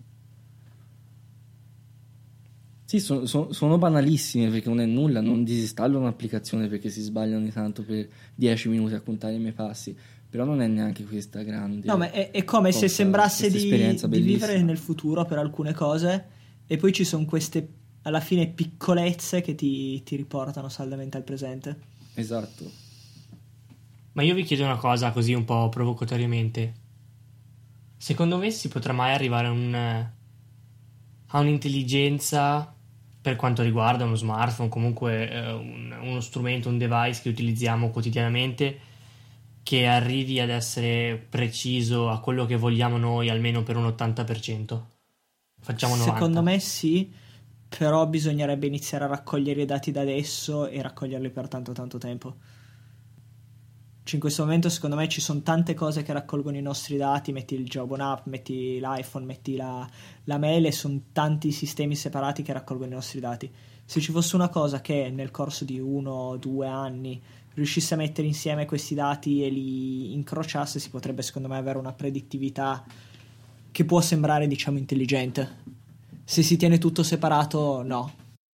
Sì, sono, sono, sono banalissime perché non è nulla, non disinstallo un'applicazione perché si sbaglia ogni tanto per dieci minuti a contare i miei passi, però non è neanche questa grande. No, ma è, è come cosa, se sembrasse di, esperienza di bellissima. vivere nel futuro per alcune cose e poi ci sono queste, alla fine, piccolezze che ti, ti riportano saldamente al presente. Esatto. Ma io vi chiedo una cosa così un po' provocatoriamente. Secondo me si potrà mai arrivare a, un, a un'intelligenza per quanto riguarda uno smartphone, comunque eh, un, uno strumento, un device che utilizziamo quotidianamente, che arrivi ad essere preciso a quello che vogliamo noi almeno per un ottanta per cento? Facciamo novanta. Secondo me sì, però bisognerebbe iniziare a raccogliere i dati da adesso e raccoglierli per tanto tanto tempo. Cioè, in questo momento secondo me ci sono tante cose che raccolgono i nostri dati, metti il Jawbone app, metti l'iPhone, metti la, la mail, e sono tanti sistemi separati che raccolgono i nostri dati. Se ci fosse una cosa che nel corso di uno o due anni riuscisse a mettere insieme questi dati e li incrociasse, si potrebbe secondo me avere una predittività che può sembrare, diciamo, intelligente. Se si tiene tutto separato, no.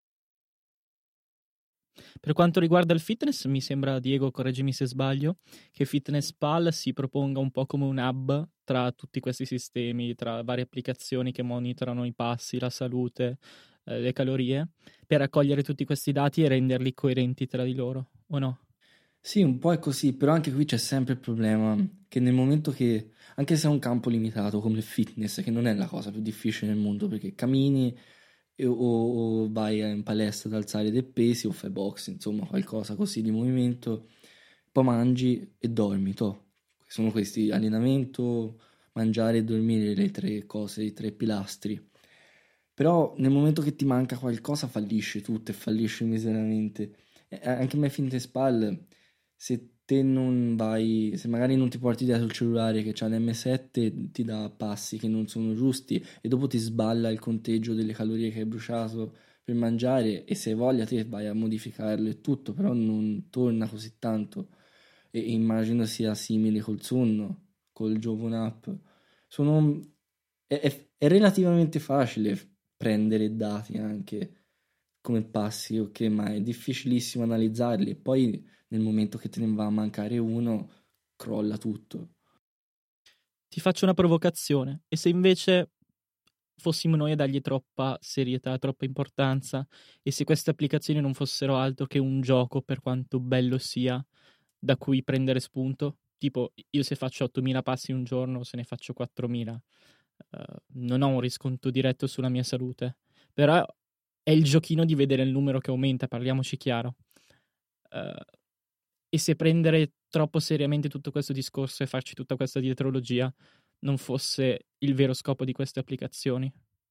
Per quanto riguarda il fitness, mi sembra, Diego, correggimi se sbaglio, che FitnessPal si proponga un po' come un hub tra tutti questi sistemi, tra varie applicazioni che monitorano i passi, la salute, eh, le calorie, per raccogliere tutti questi dati e renderli coerenti tra di loro, o no? Sì, un po' è così, però anche qui c'è sempre il problema che nel momento che, anche se è un campo limitato come il fitness, che non è la cosa più difficile nel mondo, perché cammini e, o, o vai in palestra ad alzare dei pesi o fai box, insomma qualcosa così di movimento, poi mangi e dormi, toh. Sono questi: allenamento, mangiare e dormire, le tre cose, i tre pilastri. Però nel momento che ti manca qualcosa fallisce tutto e fallisce miseramente. Eh, anche MyFitnessPal, se te non vai, se magari non ti porti dietro il cellulare che c'ha l'emme sette, ti dà passi che non sono giusti e dopo ti sballa il conteggio delle calorie che hai bruciato per mangiare, e se hai voglia te vai a modificarlo e tutto, però non torna così tanto. E, e immagino sia simile col sonno, col Jawbone app. Sono, è, è, è relativamente facile prendere dati anche come passi, ok, ma è difficilissimo analizzarli, e poi nel momento che te ne va a mancare uno crolla tutto. Ti faccio una provocazione: e se invece fossimo noi a dargli troppa serietà, troppa importanza, e se queste applicazioni non fossero altro che un gioco, per quanto bello sia, da cui prendere spunto? Tipo, io se faccio ottomila passi un giorno, se ne faccio quattromila, uh, non ho un riscontro diretto sulla mia salute, però è il giochino di vedere il numero che aumenta, parliamoci chiaro. Uh, e se prendere troppo seriamente tutto questo discorso e farci tutta questa dietrologia non fosse il vero scopo di queste applicazioni?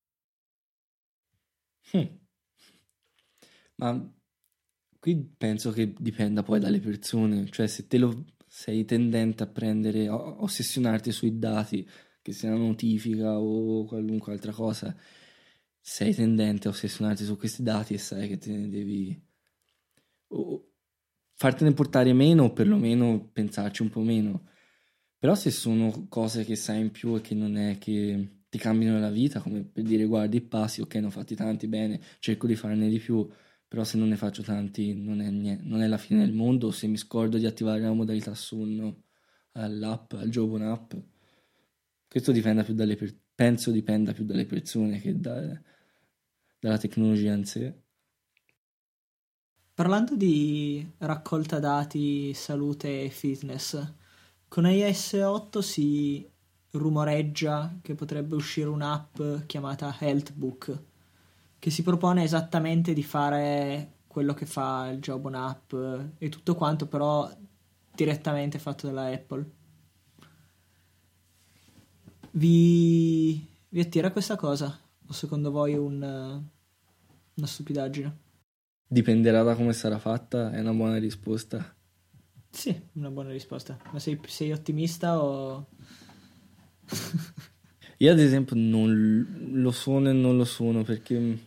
Hmm. Ma qui penso che dipenda poi dalle persone, cioè se te lo sei tendente a prendere, a ossessionarti sui dati, che sia una notifica o qualunque altra cosa, sei tendente a ossessionarti su questi dati e sai che te ne devi o fartene portare meno, o perlomeno pensarci un po' meno. Però se sono cose che sai in più e che non è che ti cambiano la vita, come per dire guardi i passi, ok, ne ho fatti tanti, bene, cerco di farne di più, però se non ne faccio tanti non è, niente, non è la fine del mondo. Se mi scordo di attivare la modalità sonno all'app, al Jawbone app, questo dipende più dalle per- penso dipenda più dalle persone che da, dalla tecnologia in sé. Parlando di raccolta dati, salute e fitness, con iOS otto si rumoreggia che potrebbe uscire un'app chiamata Healthbook, che si propone esattamente di fare quello che fa il Jawbone app e tutto quanto, però direttamente fatto dalla Apple. Vi, vi attira questa cosa? O secondo voi è un, una stupidaggine? Dipenderà da come sarà fatta, è una buona risposta. Sì, una buona risposta. Ma sei, sei ottimista o Io ad esempio non lo sono e non lo sono perché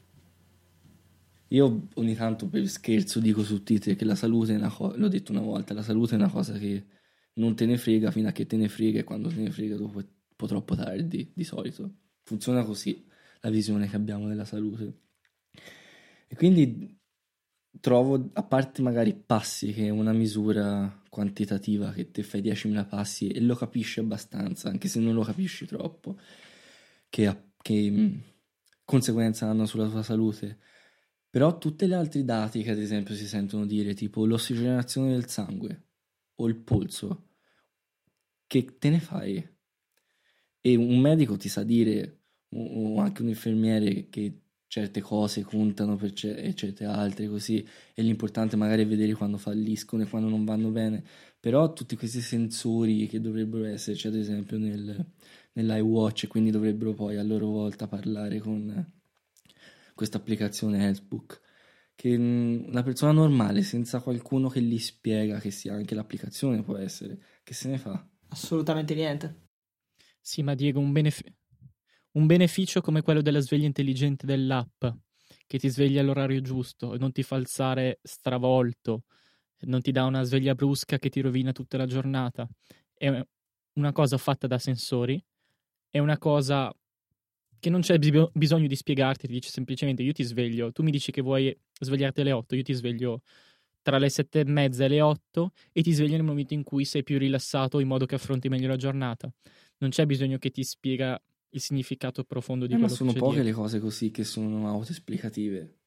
io ogni tanto per scherzo dico su Twitter che la salute è una cosa, l'ho detto una volta, la salute è una cosa che non te ne frega fino a che te ne frega, e quando te ne frega dopo è un po' troppo tardi, di solito. Funziona così la visione che abbiamo della salute. E quindi trovo, a parte magari passi, che è una misura quantitativa, che te fai diecimila passi e lo capisci abbastanza, anche se non lo capisci troppo, che, che mh, conseguenza hanno sulla tua salute. Però tutti gli altri dati che ad esempio si sentono dire, tipo l'ossigenazione del sangue o il polso, che te ne fai? E un medico ti sa dire, o o anche un infermiere, che certe cose contano per ce- e certe altre così, e l'importante magari è vedere quando falliscono e quando non vanno bene. Però tutti questi sensori che dovrebbero esserci ad esempio nel, nell'iWatch, e quindi dovrebbero poi a loro volta parlare con questa applicazione Healthbook, che mh, una persona normale senza qualcuno che gli spiega, che sia anche l'applicazione può essere, che se ne fa? Assolutamente niente. Sì, ma Diego, un, benef- un beneficio come quello della sveglia intelligente dell'app, che ti sveglia all'orario giusto e non ti fa alzare stravolto, non ti dà una sveglia brusca che ti rovina tutta la giornata, è una cosa fatta da sensori, è una cosa che non c'è bis- bisogno di spiegarti, ti dice semplicemente io ti sveglio, tu mi dici che vuoi svegliarti alle otto, io ti sveglio tra le sette e mezza e le otto e ti sveglio nel momento in cui sei più rilassato in modo che affronti meglio la giornata. Non c'è bisogno che ti spiega il significato profondo di Eh, ma quello sono che c'è poche dietro. le cose così che sono autoesplicative.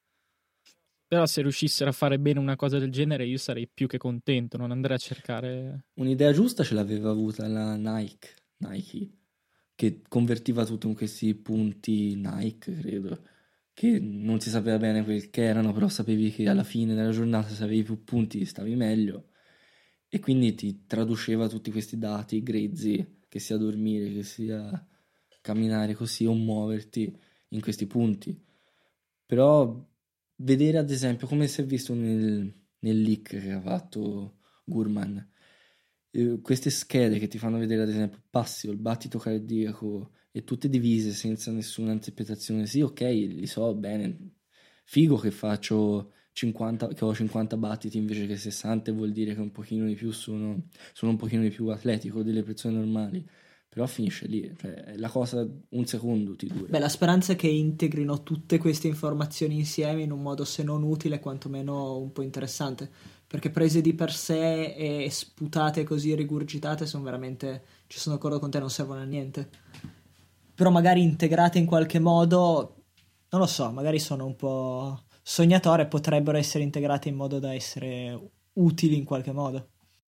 Però se riuscissero a fare bene una cosa del genere io sarei più che contento, non andrei a cercare... Un'idea giusta ce l'aveva avuta la Nike, Nike, che convertiva tutto in questi punti Nike, credo, che non si sapeva bene quel che erano, però sapevi che alla fine della giornata, se avevi più punti stavi meglio, e quindi ti traduceva tutti questi dati grezzi, che sia dormire, che sia camminare così o muoverti in questi punti. Però vedere ad esempio, come si è visto nel, nel leak che ha fatto Gurman, eh, queste schede che ti fanno vedere ad esempio passi o il battito cardiaco, e tutte divise senza nessuna interpretazione. Sì, ok, li so bene, figo che faccio cinquanta, che ho cinquanta battiti invece che sessanta, vuol dire che un pochino di più sono, sono un pochino di più atletico delle persone normali. Però finisce lì, cioè la cosa un secondo ti dura. Beh, la speranza è che integrino tutte queste informazioni insieme in un modo se non utile, quantomeno un po' interessante, perché prese di per sé e sputate così rigurgitate sono veramente, ci sono d'accordo con te, non servono a niente. Però magari integrate in qualche modo, non lo so, magari sono un po' sognatore, potrebbero essere integrate in modo da essere utili in qualche modo.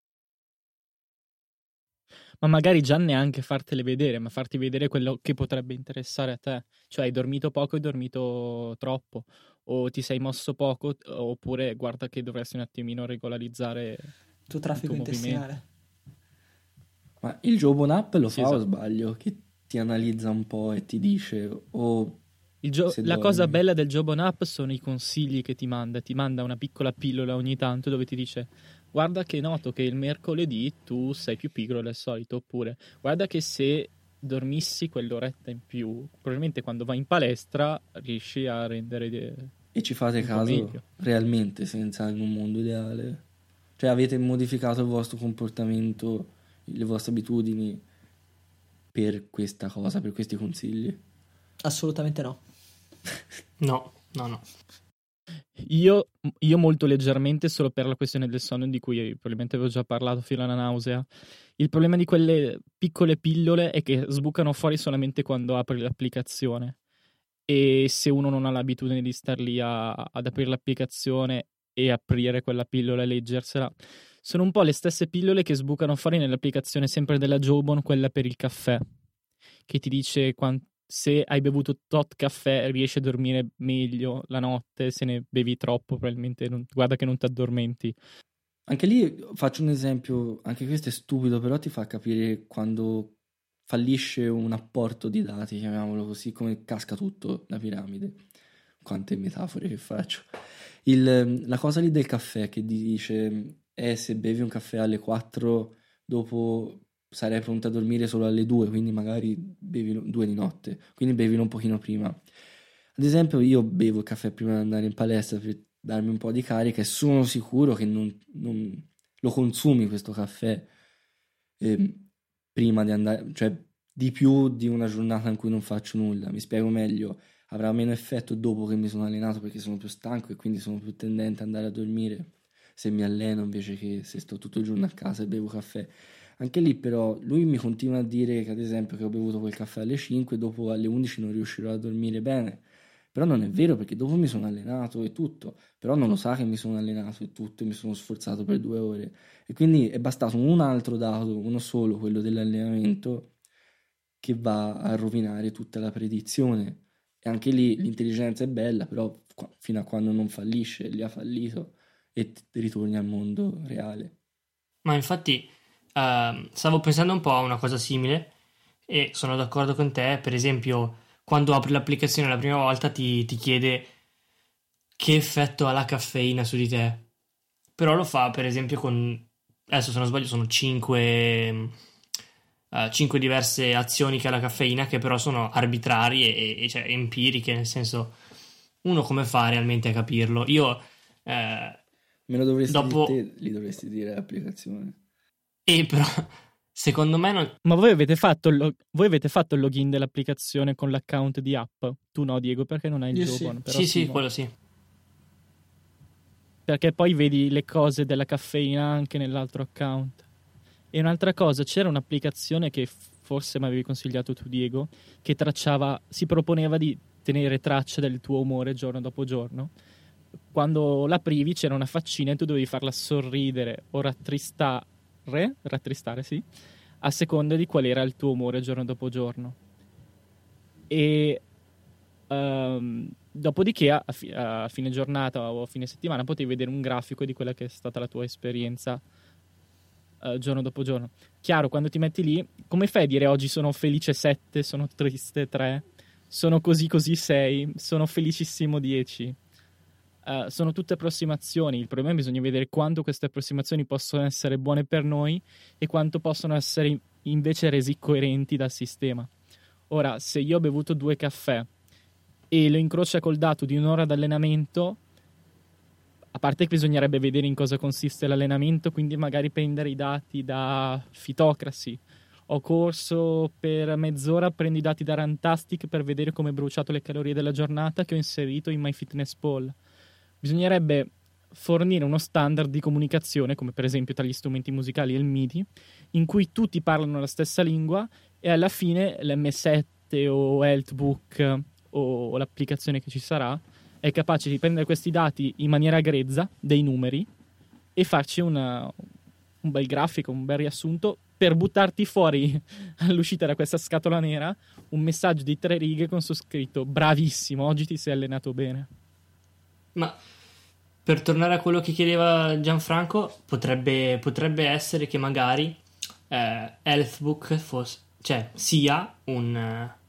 Ma magari già neanche fartele vedere, ma farti vedere quello che potrebbe interessare a te. Cioè, hai dormito poco, hai dormito troppo, o ti sei mosso poco, oppure guarda che dovresti un attimino regolarizzare Tu traffico il tuo intestinale. movimento. Ma il Jobon app lo Sì, fa o esatto. sbaglio? Che ti analizza un po' e ti dice, o Il gio- se la dormi. cosa bella del Jobon app sono i consigli che ti manda. Ti manda una piccola pillola ogni tanto dove ti dice guarda che noto che il mercoledì tu sei più pigro del solito, oppure guarda che se dormissi quell'oretta in più, probabilmente quando vai in palestra riesci a rendere de- E ci fate un po' caso meglio. realmente, senza in un mondo ideale? Cioè avete modificato il vostro comportamento, le vostre abitudini per questa cosa, per questi consigli? Assolutamente no. No, no, no. Io, io molto leggermente solo per la questione del sonno di cui probabilmente avevo già parlato fino alla nausea. Il problema di quelle piccole pillole è che sbucano fuori solamente quando apri l'applicazione, e se uno non ha l'abitudine di star lì a- ad aprire l'applicazione e aprire quella pillola e leggersela, sono un po' le stesse pillole che sbucano fuori nell'applicazione sempre della Jobon, quella per il caffè, che ti dice quan- se hai bevuto tot caffè riesci a dormire meglio la notte, se ne bevi troppo probabilmente non- guarda che non ti addormenti. Anche lì faccio un esempio, anche questo è stupido, però ti fa capire quando fallisce un apporto di dati, chiamiamolo così, come casca tutto, la piramide. Quante metafore che faccio. Il- la cosa lì del caffè che ti dice, eh, se bevi un caffè alle quattro, dopo sarei pronta a dormire solo alle due, quindi magari bevi due di notte, quindi bevilo un pochino prima. Ad esempio io bevo il caffè prima di andare in palestra per darmi un po' di carica e sono sicuro che non, non lo consumi questo caffè eh, prima di andare, cioè di più di una giornata in cui non faccio nulla. Mi spiego meglio, avrà meno effetto dopo che mi sono allenato perché sono più stanco e quindi sono più tendente ad andare a dormire se mi alleno invece che se sto tutto il giorno a casa e bevo caffè. Anche lì però lui mi continua a dire che ad esempio che ho bevuto quel caffè alle cinque, dopo alle undici non riuscirò a dormire bene. Però non è vero, perché dopo mi sono allenato e tutto, però non lo sa che mi sono allenato e tutto e mi sono sforzato per due ore. E quindi è bastato un altro dato, uno solo, quello dell'allenamento, che va a rovinare tutta la predizione. E anche lì l'intelligenza è bella, però fino a quando non fallisce, lì ha fallito e ti ritorni al mondo reale. Ma infatti uh, stavo pensando un po' a una cosa simile e sono d'accordo con te. Per esempio, quando apri l'applicazione la prima volta ti, ti chiede che effetto ha la caffeina su di te, però lo fa per esempio con, adesso se non sbaglio sono cinque, uh, cinque diverse azioni che ha la caffeina, che però sono arbitrarie e, e cioè empiriche, nel senso, uno come fa realmente a capirlo? Io eh, me lo dovresti dopo... dire te, li dovresti dire l'applicazione. E però secondo me non... Ma voi avete fatto il, log- voi avete fatto il login dell'applicazione con l'account di app? Tu no, Diego, perché non hai il Io Jobon. sì. Però Sì, sì, Simo- quello sì. Perché poi vedi le cose della caffeina anche nell'altro account. E un'altra cosa, c'era un'applicazione che forse mi avevi consigliato tu, Diego, che tracciava, si proponeva di tenere traccia del tuo umore giorno dopo giorno. Quando l'aprivi c'era una faccina e tu dovevi farla sorridere o rattristare, rattristare sì, a seconda di qual era il tuo umore giorno dopo giorno. E um, dopodiché a, fi- a fine giornata o a fine settimana potevi vedere un grafico di quella che è stata la tua esperienza uh, giorno dopo giorno. Chiaro, quando ti metti lì, come fai a dire oggi sono felice sette, sono triste tre, sono così così sei, sono felicissimo dieci? Uh, sono tutte approssimazioni. Il problema è che bisogna vedere quanto queste approssimazioni possono essere buone per noi e quanto possono essere invece resi coerenti dal sistema. Ora, se io ho bevuto due caffè e lo incrocia col dato di un'ora d'allenamento, a parte che bisognerebbe vedere in cosa consiste l'allenamento, quindi magari prendere i dati da Fitocracy. Ho corso per mezz'ora, prendo i dati da Rantastic per vedere come ho bruciato le calorie della giornata che ho inserito in MyFitnessPal. Bisognerebbe fornire uno standard di comunicazione, come per esempio tra gli strumenti musicali e il MIDI, in cui tutti parlano la stessa lingua e alla fine l'emme sette o Healthbook o l'applicazione che ci sarà è capace di prendere questi dati in maniera grezza, dei numeri, e farci una, un bel grafico, un bel riassunto, per buttarti fuori all'uscita da questa scatola nera un messaggio di tre righe con su scritto bravissimo, oggi ti sei allenato bene. Ma per tornare a quello che chiedeva Gianfranco, potrebbe, potrebbe essere che magari eh, Healthbook fosse, cioè sia un,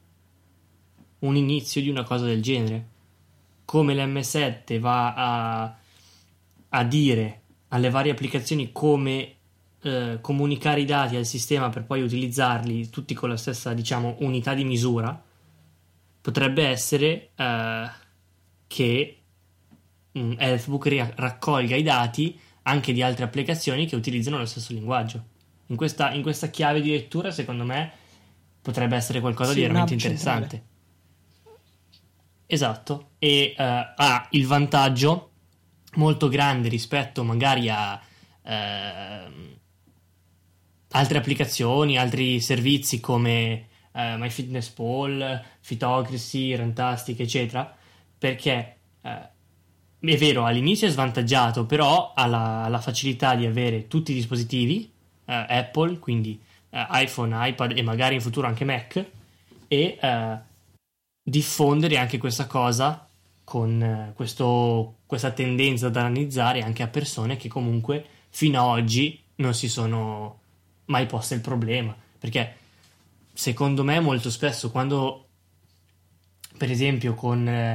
uh, un inizio di una cosa del genere. Come l'emme sette va a, a dire alle varie applicazioni come eh, comunicare i dati al sistema per poi utilizzarli tutti con la stessa, diciamo, unità di misura, potrebbe essere eh, che Healthbook raccolga i dati anche di altre applicazioni che utilizzano lo stesso linguaggio. In questa, in questa chiave di lettura, secondo me, potrebbe essere qualcosa Sì, di veramente un hub interessante. centrale. Esatto, e uh, ha il vantaggio molto grande rispetto magari a uh, altre applicazioni, altri servizi come uh, MyFitnessPal, Fitocracy, Rantastic, eccetera, perché uh, è vero, all'inizio è svantaggiato, però ha la, ha la facilità di avere tutti i dispositivi uh, Apple, quindi uh, iPhone, iPad e magari in futuro anche Mac, e uh, diffondere anche questa cosa con uh, questo, questa tendenza ad analizzare anche a persone che comunque fino ad oggi non si sono mai poste il problema, perché secondo me molto spesso quando per esempio con uh,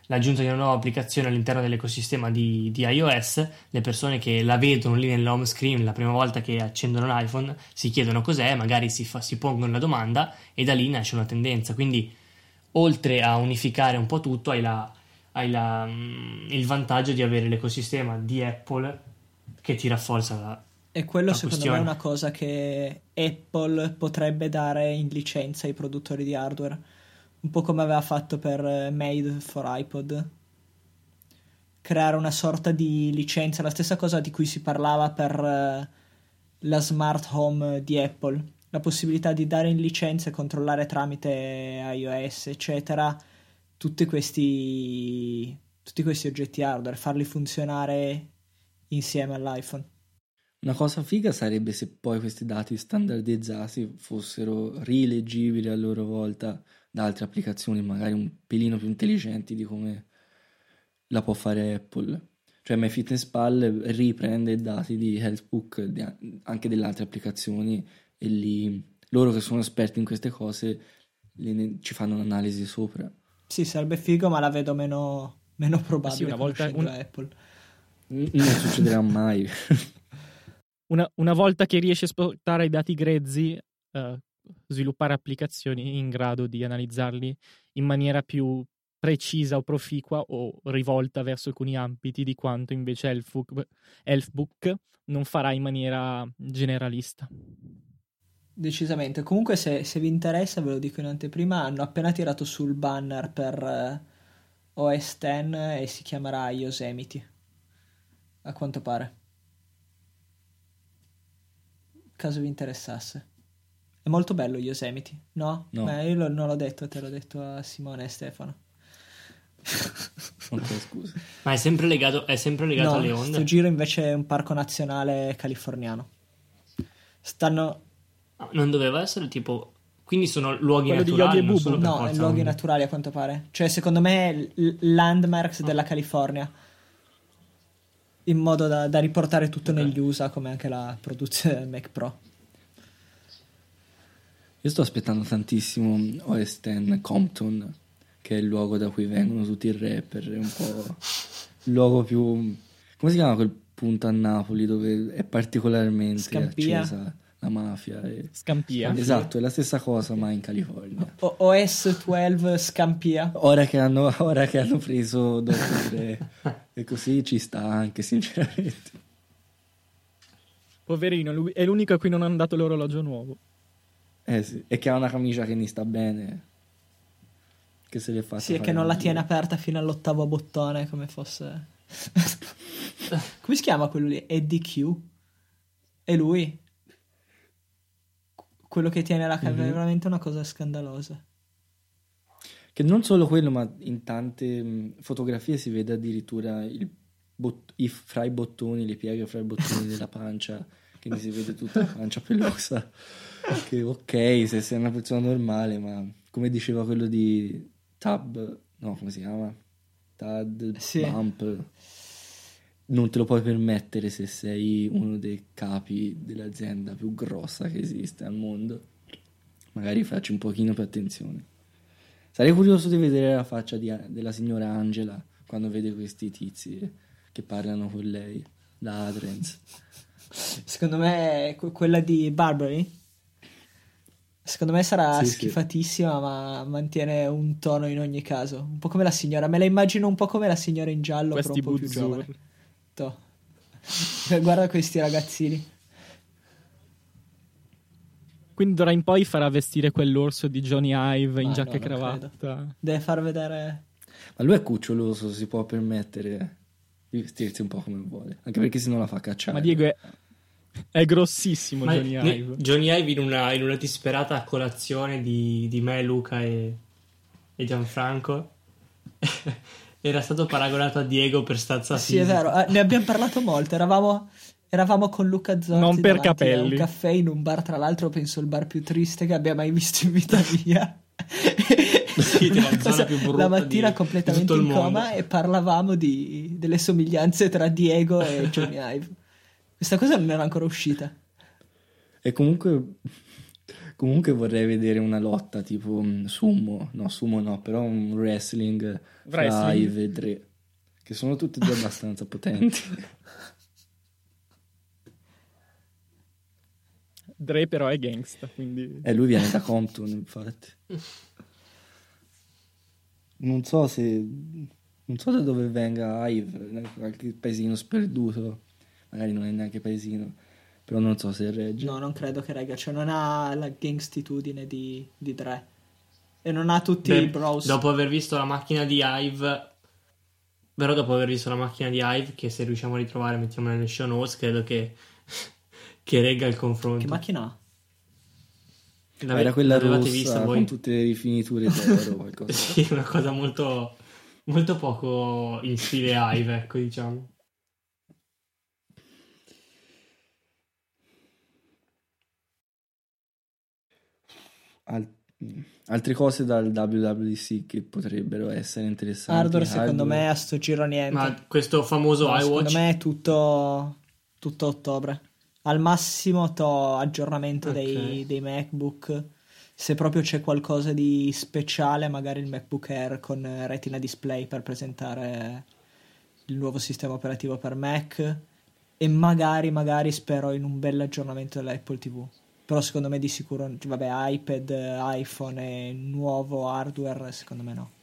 l'aggiunta di una nuova applicazione all'interno dell'ecosistema di, di iOS. Le persone che la vedono lì nell'home screen la prima volta che accendono l'iPhone si chiedono cos'è, magari si, fa, si pongono la domanda e da lì nasce una tendenza. Quindi oltre a unificare un po' tutto hai, la, hai la, il vantaggio di avere l'ecosistema di Apple che ti rafforza la, e quello la secondo questione. me è una cosa che Apple potrebbe dare in licenza ai produttori di hardware, un po' come aveva fatto per Made for iPod, creare una sorta di licenza, la stessa cosa di cui si parlava per la smart home di Apple, la possibilità di dare in licenza e controllare tramite iOS eccetera tutti questi tutti questi oggetti hardware, farli funzionare insieme all'iPhone. Una cosa figa sarebbe se poi questi dati standardizzati fossero rileggibili a loro volta da altre applicazioni magari un pelino più intelligenti di come la può fare Apple. Cioè MyFitnessPal riprende i dati di Healthbook di, anche delle altre applicazioni e lì loro che sono esperti in queste cose li, ci fanno un'analisi sopra. Sì, sarebbe figo, ma la vedo meno, meno probabile. Sì, una volta conoscendo un- Apple. Non succederà mai. Una, una volta che riesci a esportare i dati grezzi, eh, sviluppare applicazioni in grado di analizzarli in maniera più precisa o proficua o rivolta verso alcuni ambiti di quanto invece Healthbook, Healthbook non farà in maniera generalista. Decisamente. Comunque se, se vi interessa, ve lo dico in anteprima, hanno appena tirato sul banner per eh, O S X e si chiamerà Yosemite, a quanto pare. Caso vi interessasse. È molto bello Yosemite, no? No. Beh, io lo- non l'ho detto, te l'ho detto a Simone e Stefano. Ok, scusa. Ma è sempre legato, è sempre legato No, alle sto onde? giro invece è un parco nazionale californiano. Stanno... Ah, non doveva essere tipo... Quindi sono luoghi Quello di naturali, Yogi e non Bubu. sono per No, forza è luoghi onde. naturali a quanto pare. Cioè, secondo me, l- landmarks della California. In modo da, da riportare tutto Ok. negli U S A, come anche la produzione del Mac Pro. Io sto aspettando tantissimo O S X Compton, che è il luogo da cui vengono tutti i rapper, è un po' il luogo più... come si chiama quel punto a Napoli dove è particolarmente Scampia? accesa la mafia? E... Scampia. Esatto, è la stessa cosa ma in California. O- O S dodici Scampia. Ora che hanno, ora che hanno preso Doctor Dre e così ci sta anche sinceramente. Poverino, lui è l'unico a cui non hanno dato l'orologio nuovo. Eh sì, e che ha una camicia che mi sta bene, che se l'è fatta Sì, e fare che non la da tiene Dio. aperta fino all'ottavo bottone, come fosse... come si chiama quello lì? Eddie Q? È lui? Quello che tiene la camicia, è Mhm. veramente una cosa scandalosa. Che non solo quello, ma in tante mh, fotografie si vede addirittura il bot- i, fra i bottoni, le pieghe fra i bottoni della pancia, che mi si vede tutta la pancia pelosa. Che ok, se sei una persona normale, ma come diceva quello di Tab, no, come si chiama? Tad Sì. Bump, non te lo puoi permettere se sei uno dei capi dell'azienda più grossa che esiste al mondo. Magari facci un pochino più attenzione. Sarei curioso di vedere la faccia di- della signora Angela quando vede questi tizi che parlano con lei, la Adrens. Secondo me que- quella di Barbary, secondo me sarà Sì, sì. schifatissima, ma mantiene un tono in ogni caso. Un po' come la signora, me la immagino un po' come la signora in giallo, Questi però un po' più buzzur. giovane. Toh. Guarda questi ragazzini. Quindi d'ora in poi farà vestire quell'orso di Johnny Ive in Ma giacca no, e non cravatta. Deve far vedere... Ma lui è cuccioloso, si può permettere di vestirsi un po' come vuole, anche perché se no la fa cacciare. Ma Diego è, è grossissimo Ma Johnny ne- Ive. Johnny Ive in una, in una disperata colazione di, di me, Luca e, e Gianfranco era stato paragonato a Diego per stazza Sì, è fisica. vero, eh, ne abbiamo parlato molto. Eravamo, eravamo con Luca Zorzi Non per davanti a capelli. un caffè in un bar, tra l'altro penso il bar più triste che abbia mai visto in vita mia. Sì, della Una zona cosa- più brutta la mattina di- completamente di tutto il in mondo. coma e parlavamo di- delle somiglianze tra Diego e Johnny Ive. Questa cosa non era ancora uscita. E comunque Comunque vorrei vedere una lotta tipo mm, sumo, no sumo no, però un wrestling fra Wrestling. Ive e Dre, che sono tutti e due abbastanza potenti. Dre però è gangsta, quindi... E lui viene da Compton, infatti. Non so se... Non so da dove venga Ive, qualche paesino sperduto, magari non è neanche paesino, però non so se regge. No, non credo che regga, cioè non ha la gangstitudine di, di Dre. E non ha tutti Beh, i bros. dopo aver visto la macchina di Hive, però dopo aver visto la macchina di Hive, che se riusciamo a ritrovare mettiamo nelle show notes, credo che, che regga il confronto. Che macchina ha? L'ave- Era quella l'avevate rossa vista con voi? tutte le rifiniture d'oro o qualcosa. Sì, una cosa molto, molto poco in stile Hive, ecco, diciamo. Al- Altre cose dal W W D C che potrebbero essere interessanti. Hardware secondo Hardware. me a sto giro niente. Ma questo famoso No, secondo iWatch, me è tutto, tutto ottobre. Al massimo to aggiornamento Ok. dei, dei MacBook. Se proprio c'è qualcosa di speciale, magari il MacBook Air con eh, Retina Display per presentare il nuovo sistema operativo per Mac. E magari, magari spero in un bel aggiornamento dell'Apple T V. Però secondo me di sicuro, vabbè, iPad, iPhone e nuovo hardware, secondo me no.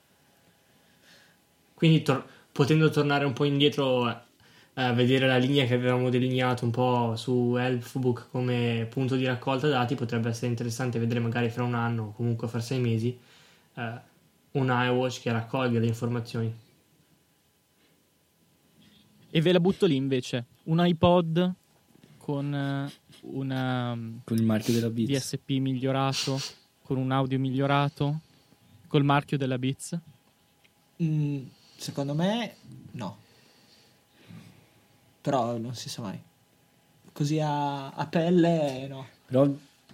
quindi tor- potendo tornare un po' indietro eh, a vedere la linea che avevamo delineato un po' su Helpbook come punto di raccolta dati, potrebbe essere interessante vedere magari fra un anno o comunque fra sei mesi eh, un iWatch che raccolga le informazioni. E ve la butto lì invece, un iPod con eh, una um, Con il marchio della Beats. D S P migliorato, con un audio migliorato, col marchio della Beats. Mm, secondo me no. Però non si sa mai. Così a, a pelle no. Però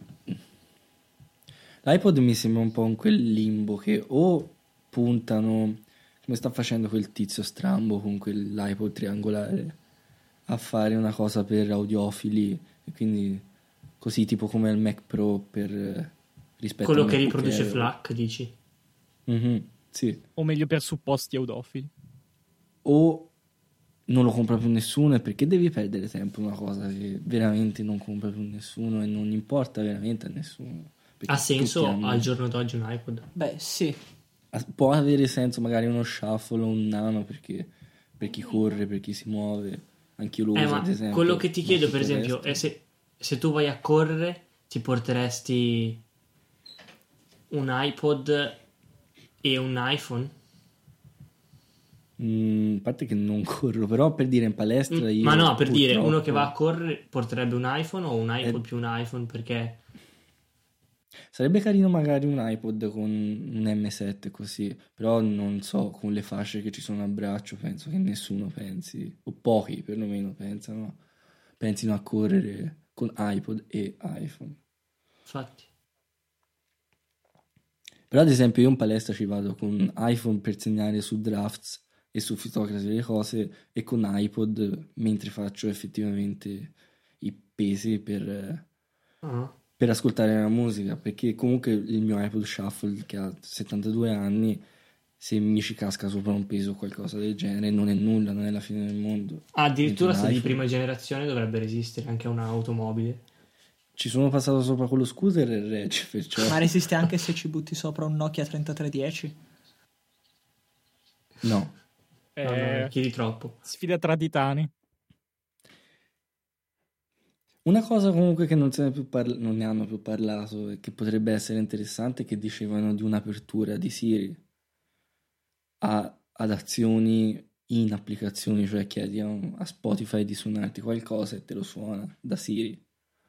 l'iPod mi sembra un po' in quel limbo che o puntano, come sta facendo quel tizio strambo con quell'iPod triangolare, a fare una cosa per audiofili, e quindi così tipo come il Mac Pro per eh, rispetto Quello al che MacBook riproduce Air. FLAC, dici? Mhm, sì. O meglio per supposti audofili. O non lo compra più nessuno, e perché devi perdere tempo in una cosa che veramente non compra più nessuno e non importa veramente a nessuno. Perché Ha senso tutti hanno- al giorno d'oggi un iPod? Beh, sì. Ah, può avere senso magari uno shuffle o un nano perché per chi corre, per chi si muove, anche io lo Eh, uso ma ad esempio. quello che ti ma chiedo, tutto per il esempio, resto- è se, se tu vai a correre, ti porteresti un iPod e un iPhone? Mm, a parte che non corro, però per dire in palestra io, Ma no, per dire, uno purtroppo, che va a correre porterebbe un iPhone o un iPod Eh. più un iPhone, perché sarebbe carino magari un iPod con un M sette così, però non so, con le fasce che ci sono a braccio penso che nessuno pensi, o pochi perlomeno pensano, pensino a correre con iPod e iPhone. infatti. Però ad esempio io in palestra ci vado con iPhone per segnare su Drafts e su Photography le cose, e con iPod mentre faccio effettivamente i pesi per, eh, Ah. per ascoltare la musica, perché comunque il mio iPod Shuffle che ha settantadue anni, se mi ci casca sopra un peso o qualcosa del genere non è nulla, non è la fine del mondo. Ah, addirittura Mentre se un di iPhone- prima generazione dovrebbe resistere anche a un'automobile. Ci sono passato sopra con lo scooter e regge, perciò Ma resiste anche se ci butti sopra un Nokia trentatré dieci? no. Eh, No, no, chiedi troppo. sfida tra titani. Una cosa comunque che non, se ne, più parla- non ne hanno più parlato e che potrebbe essere interessante è che dicevano di un'apertura di Siri a- ad azioni in applicazioni, cioè chiedi a, un- a Spotify di suonarti qualcosa e te lo suona da Siri.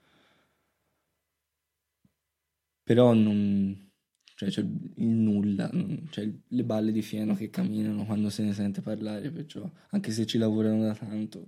Però non... cioè c'è il nulla, non- c'è le balle di fieno che camminano quando se ne sente parlare, perciò anche se ci lavorano da tanto.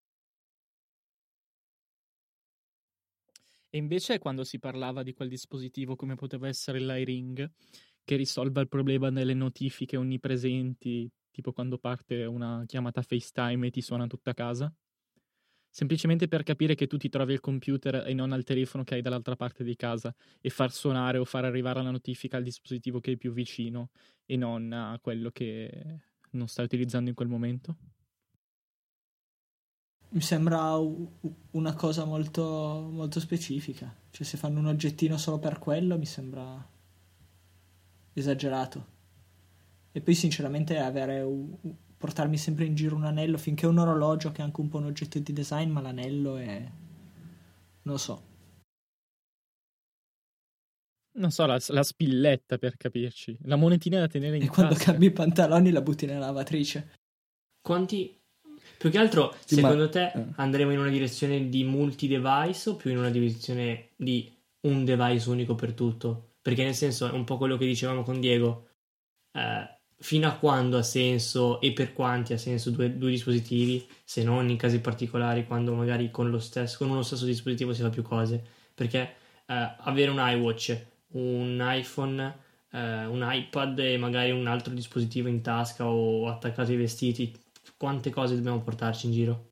E invece quando si parlava di quel dispositivo come poteva essere l'iRing, che risolva il problema delle notifiche onnipresenti, tipo quando parte una chiamata FaceTime e ti suona tutta casa, semplicemente per capire che tu ti trovi al computer e non al telefono che hai dall'altra parte di casa, e far suonare o far arrivare la notifica al dispositivo che è più vicino e non a quello che non stai utilizzando in quel momento? Mi sembra u- una cosa molto, molto specifica. Cioè, se fanno un oggettino solo per quello, mi sembra esagerato. E poi, sinceramente, avere u- u- portarmi sempre in giro un anello, finché è un orologio che è anche un po' un oggetto di design, ma l'anello è... non lo so. Non so, la, la spilletta, per capirci. La monetina da tenere in E quando tasca. cambi i pantaloni la butti nella lavatrice. Quanti... Più che altro, Sì, secondo ma- te eh. andremo in una direzione di multi-device o più in una direzione di un device unico per tutto? Perché nel senso è un po' quello che dicevamo con Diego. Eh, fino a quando ha senso e per quanti ha senso due, due dispositivi, se non in casi particolari quando magari con, lo stesso, con uno stesso dispositivo si fa più cose. Perché eh, avere un iWatch, un iPhone, eh, un iPad e magari un altro dispositivo in tasca o attaccato ai vestiti, quante cose dobbiamo portarci in giro?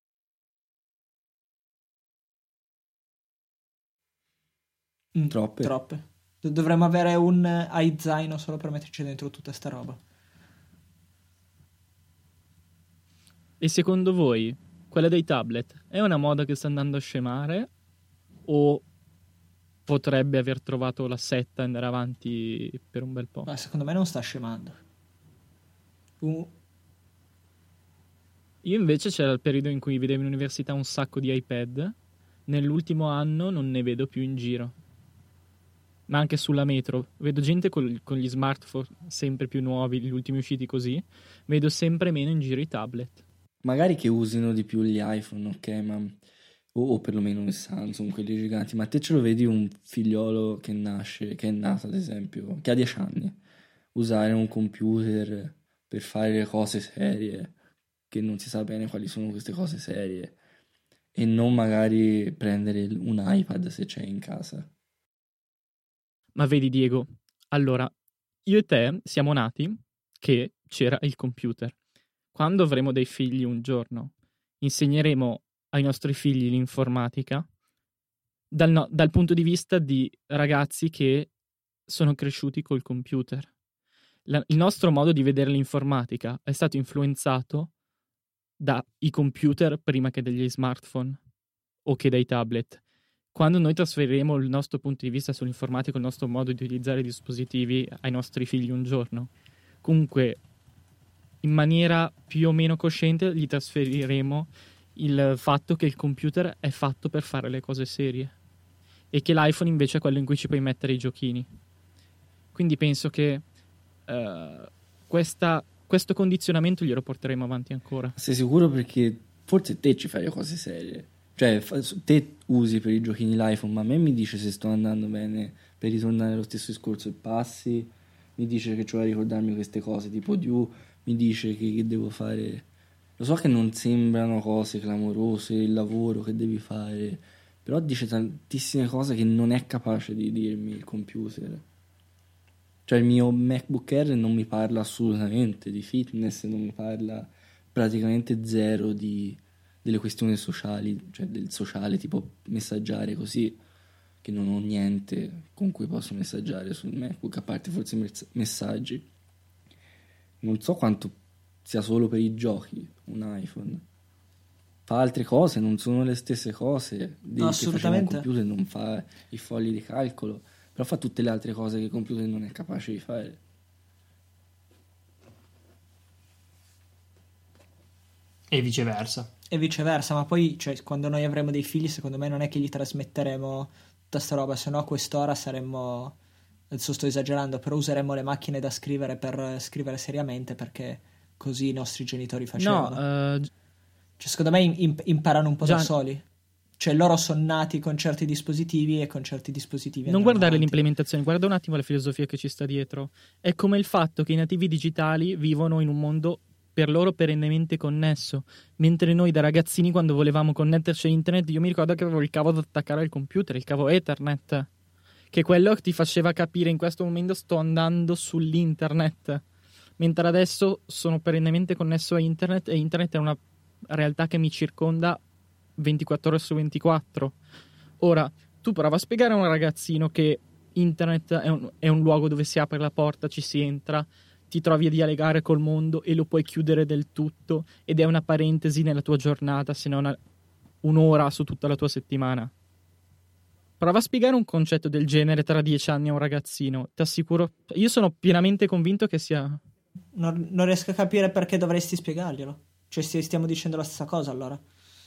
Mm, Troppe. Troppe. Dovremmo avere un eh, iZaino solo per metterci dentro tutta sta roba. E secondo voi, quella dei tablet è una moda che sta andando a scemare o potrebbe aver trovato la setta e andare avanti per un bel po'? Ma secondo me non sta scemando. Un- Io invece c'era il periodo in cui vedevo in università un sacco di iPad, nell'ultimo anno non ne vedo più in giro. Ma anche sulla metro, vedo gente col- con gli smartphone sempre più nuovi, gli ultimi usciti così, vedo sempre meno in giro i tablet. Magari che usino di più gli iPhone, ok, ma o, o perlomeno i Samsung, quelli giganti, ma te ce lo vedi un figliolo che nasce, che è nato ad esempio, che ha dieci anni, usare un computer per fare le cose serie, che non si sa bene quali sono queste cose serie, e non magari prendere il- un iPad se c'è in casa. Ma vedi Diego, allora, io e te siamo nati che c'era il computer. Quando avremo dei figli un giorno, insegneremo ai nostri figli l'informatica dal, no- dal punto di vista di ragazzi che sono cresciuti col computer. La- il nostro modo di vedere l'informatica è stato influenzato dai computer prima che dagli smartphone o che dai tablet. Quando noi trasferiremo il nostro punto di vista sull'informatica, il nostro modo di utilizzare i dispositivi ai nostri figli un giorno, comunque in maniera più o meno cosciente gli trasferiremo il fatto che il computer è fatto per fare le cose serie e che l'iPhone invece è quello in cui ci puoi mettere i giochini. Quindi penso che eh, questa, questo condizionamento glielo porteremo avanti ancora. Sei sicuro? Perché forse te ci fai le cose serie. Cioè, fa- te usi per i giochini l'iPhone, ma a me mi dice se sto andando bene per ritornare allo stesso discorso e passi, mi dice che c'ho da ricordarmi queste cose, tipo Dew, mi dice che, che devo fare... Lo so che non sembrano cose clamorose, il lavoro che devi fare, però dice tantissime cose che non è capace di dirmi il computer. Cioè il mio MacBook Air non mi parla assolutamente di fitness, non mi parla praticamente zero di... delle questioni sociali, cioè del sociale, tipo messaggiare così, che non ho niente con cui posso messaggiare sul MacBook, a parte forse mess- messaggi. Non so quanto sia solo per i giochi un iPhone. Fa altre cose, non sono le stesse cose di, No, che faceva un assolutamente. computer, non fa i fogli di calcolo, però fa tutte le altre cose che il computer non è capace di fare. E viceversa. E viceversa, ma poi cioè, quando noi avremo dei figli, secondo me non è che gli trasmetteremo tutta sta roba, se no a quest'ora saremmo, adesso sto esagerando, però useremmo le macchine da scrivere per scrivere seriamente, perché così i nostri genitori facevano. No, eh, Cioè, secondo me im- imparano un po' da Gian- soli. Cioè loro sono nati con certi dispositivi e con certi dispositivi non andiamo guardare avanti. l'implementazione, guarda un attimo la filosofia che ci sta dietro. È come il fatto che i nativi digitali vivono in un mondo per loro perennemente connesso, mentre noi da ragazzini quando volevamo connetterci a internet, io mi ricordo che avevo il cavo da attaccare al computer, il cavo Ethernet, che quello ti faceva capire in questo momento sto andando sull'internet, mentre adesso sono perennemente connesso a internet e internet è una realtà che mi circonda ventiquattro ore su ventiquattro. Ora, tu prova a spiegare a un ragazzino che internet è un, è un luogo dove si apre la porta, ci si entra, ti trovi a dialogare col mondo e lo puoi chiudere del tutto ed è una parentesi nella tua giornata, se non una, un'ora su tutta la tua settimana. Prova a spiegare un concetto del genere tra dieci anni a un ragazzino, ti assicuro, io sono pienamente convinto che sia... Non, non riesco a capire perché dovresti spiegarglielo. Cioè stiamo dicendo la stessa cosa allora.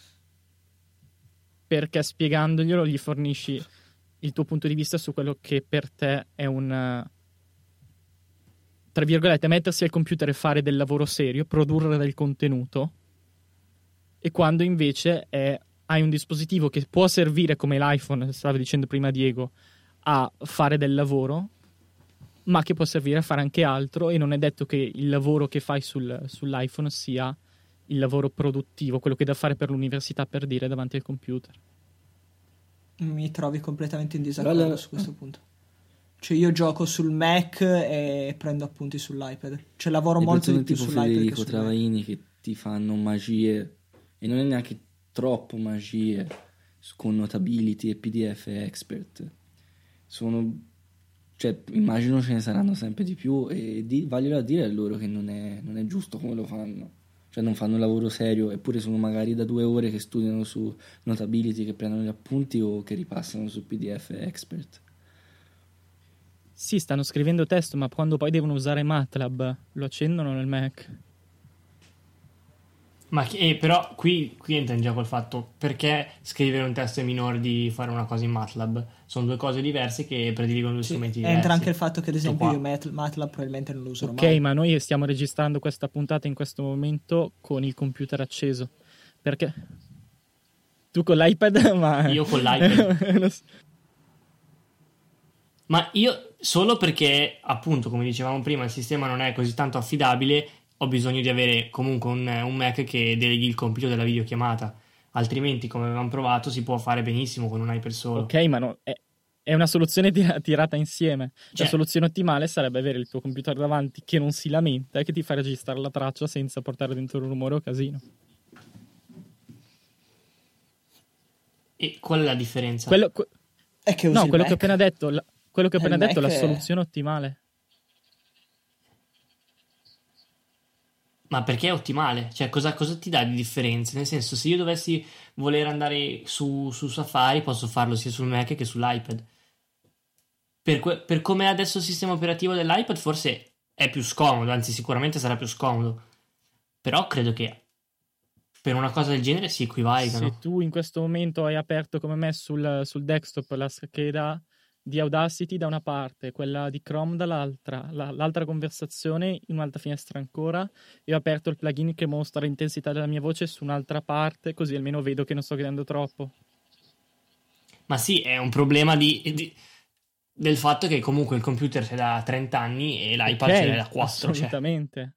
Perché spiegandoglielo gli fornisci il tuo punto di vista su quello che per te è un, tra virgolette, mettersi al computer e fare del lavoro serio, produrre del contenuto, e quando invece è, hai un dispositivo che può servire come l'iPhone, stava dicendo prima Diego, a fare del lavoro, ma che può servire a fare anche altro, e non è detto che il lavoro che fai sul, sull'iPhone sia il lavoro produttivo, quello che è da fare per l'università, per dire, davanti al computer. Mi trovi completamente in disaccordo Allora... su questo punto. Cioè io gioco sul Mac e prendo appunti sull'iPad. Cioè lavoro Le molto di più tipo sull'iPad Federico che sul Travaini Mac. che ti fanno magie, e non è neanche troppo magie, con Notability e P D F Expert. Sono, cioè immagino ce ne saranno sempre di più, e di, vaglielo a dire a loro che non è, non è giusto come lo fanno. Cioè non fanno un lavoro serio, eppure sono magari da due ore che studiano su Notability, che prendono gli appunti o che ripassano su P D F Expert. Sì, stanno scrivendo testo, ma quando poi devono usare MATLAB lo accendono nel Mac. Ma eh, però qui, qui entra in gioco il fatto perché scrivere un testo è minore di fare una cosa in MATLAB. Sono due cose diverse che prediligono due Sì, strumenti diversi. entra anche il fatto che ad esempio qua. io Mat- MATLAB probabilmente non lo userò Ok, mai. ma noi stiamo registrando questa puntata in questo momento con il computer acceso. Perché? Tu con l'iPad, ma... Io con l'iPad. Ma io solo perché, appunto, come dicevamo prima, il sistema non è così tanto affidabile, ho bisogno di avere comunque un, un Mac che deleghi il compito della videochiamata. Altrimenti, come avevamo provato, si può fare benissimo con un iPad solo. Ok, ma no, è, è una soluzione tir- tirata insieme. Cioè- La soluzione ottimale sarebbe avere il tuo computer davanti che non si lamenta e che ti fa registrare la traccia senza portare dentro un rumore o casino. E qual è la differenza? Quello, que- È che usi no, il quello Mac. che ho appena detto, la- quello che ho Eh, appena il detto è la Mac è- soluzione ottimale. Ma perché è ottimale? Cioè, cosa, cosa ti dà di differenza? Nel senso, se io dovessi voler andare su, su Safari, posso farlo sia sul Mac che sull'iPad. Per, que- per come è adesso il sistema operativo dell'iPad, forse è più scomodo, anzi sicuramente sarà più scomodo. Però credo che per una cosa del genere si equivalgano. Se tu in questo momento hai aperto come me sul, sul desktop la scheda di Audacity da una parte, quella di Chrome dall'altra, la, l'altra conversazione in un'altra finestra ancora, e ho aperto il plugin che mostra l'intensità della mia voce su un'altra parte, così almeno vedo che non sto gridando troppo. Ma sì, è un problema di, di- del fatto che comunque il computer c'è da trenta anni e l'iPad Ok, ce l'è da quattro. Cioè. assolutamente.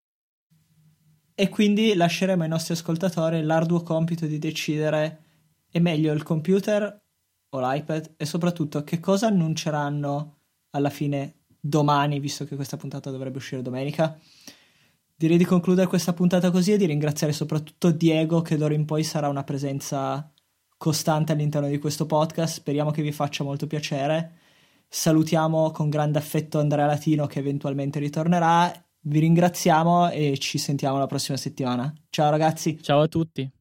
E quindi lasceremo ai nostri ascoltatori l'arduo compito di decidere è meglio il computer o l'iPad, e soprattutto che cosa annunceranno alla fine domani, visto che questa puntata dovrebbe uscire domenica. Direi di concludere questa puntata così e di ringraziare soprattutto Diego, che d'ora in poi sarà una presenza costante all'interno di questo podcast. Speriamo che vi faccia molto piacere. Salutiamo con grande affetto Andrea Latino, che eventualmente ritornerà. Vi ringraziamo e ci sentiamo la prossima settimana. Ciao ragazzi. Ciao a tutti.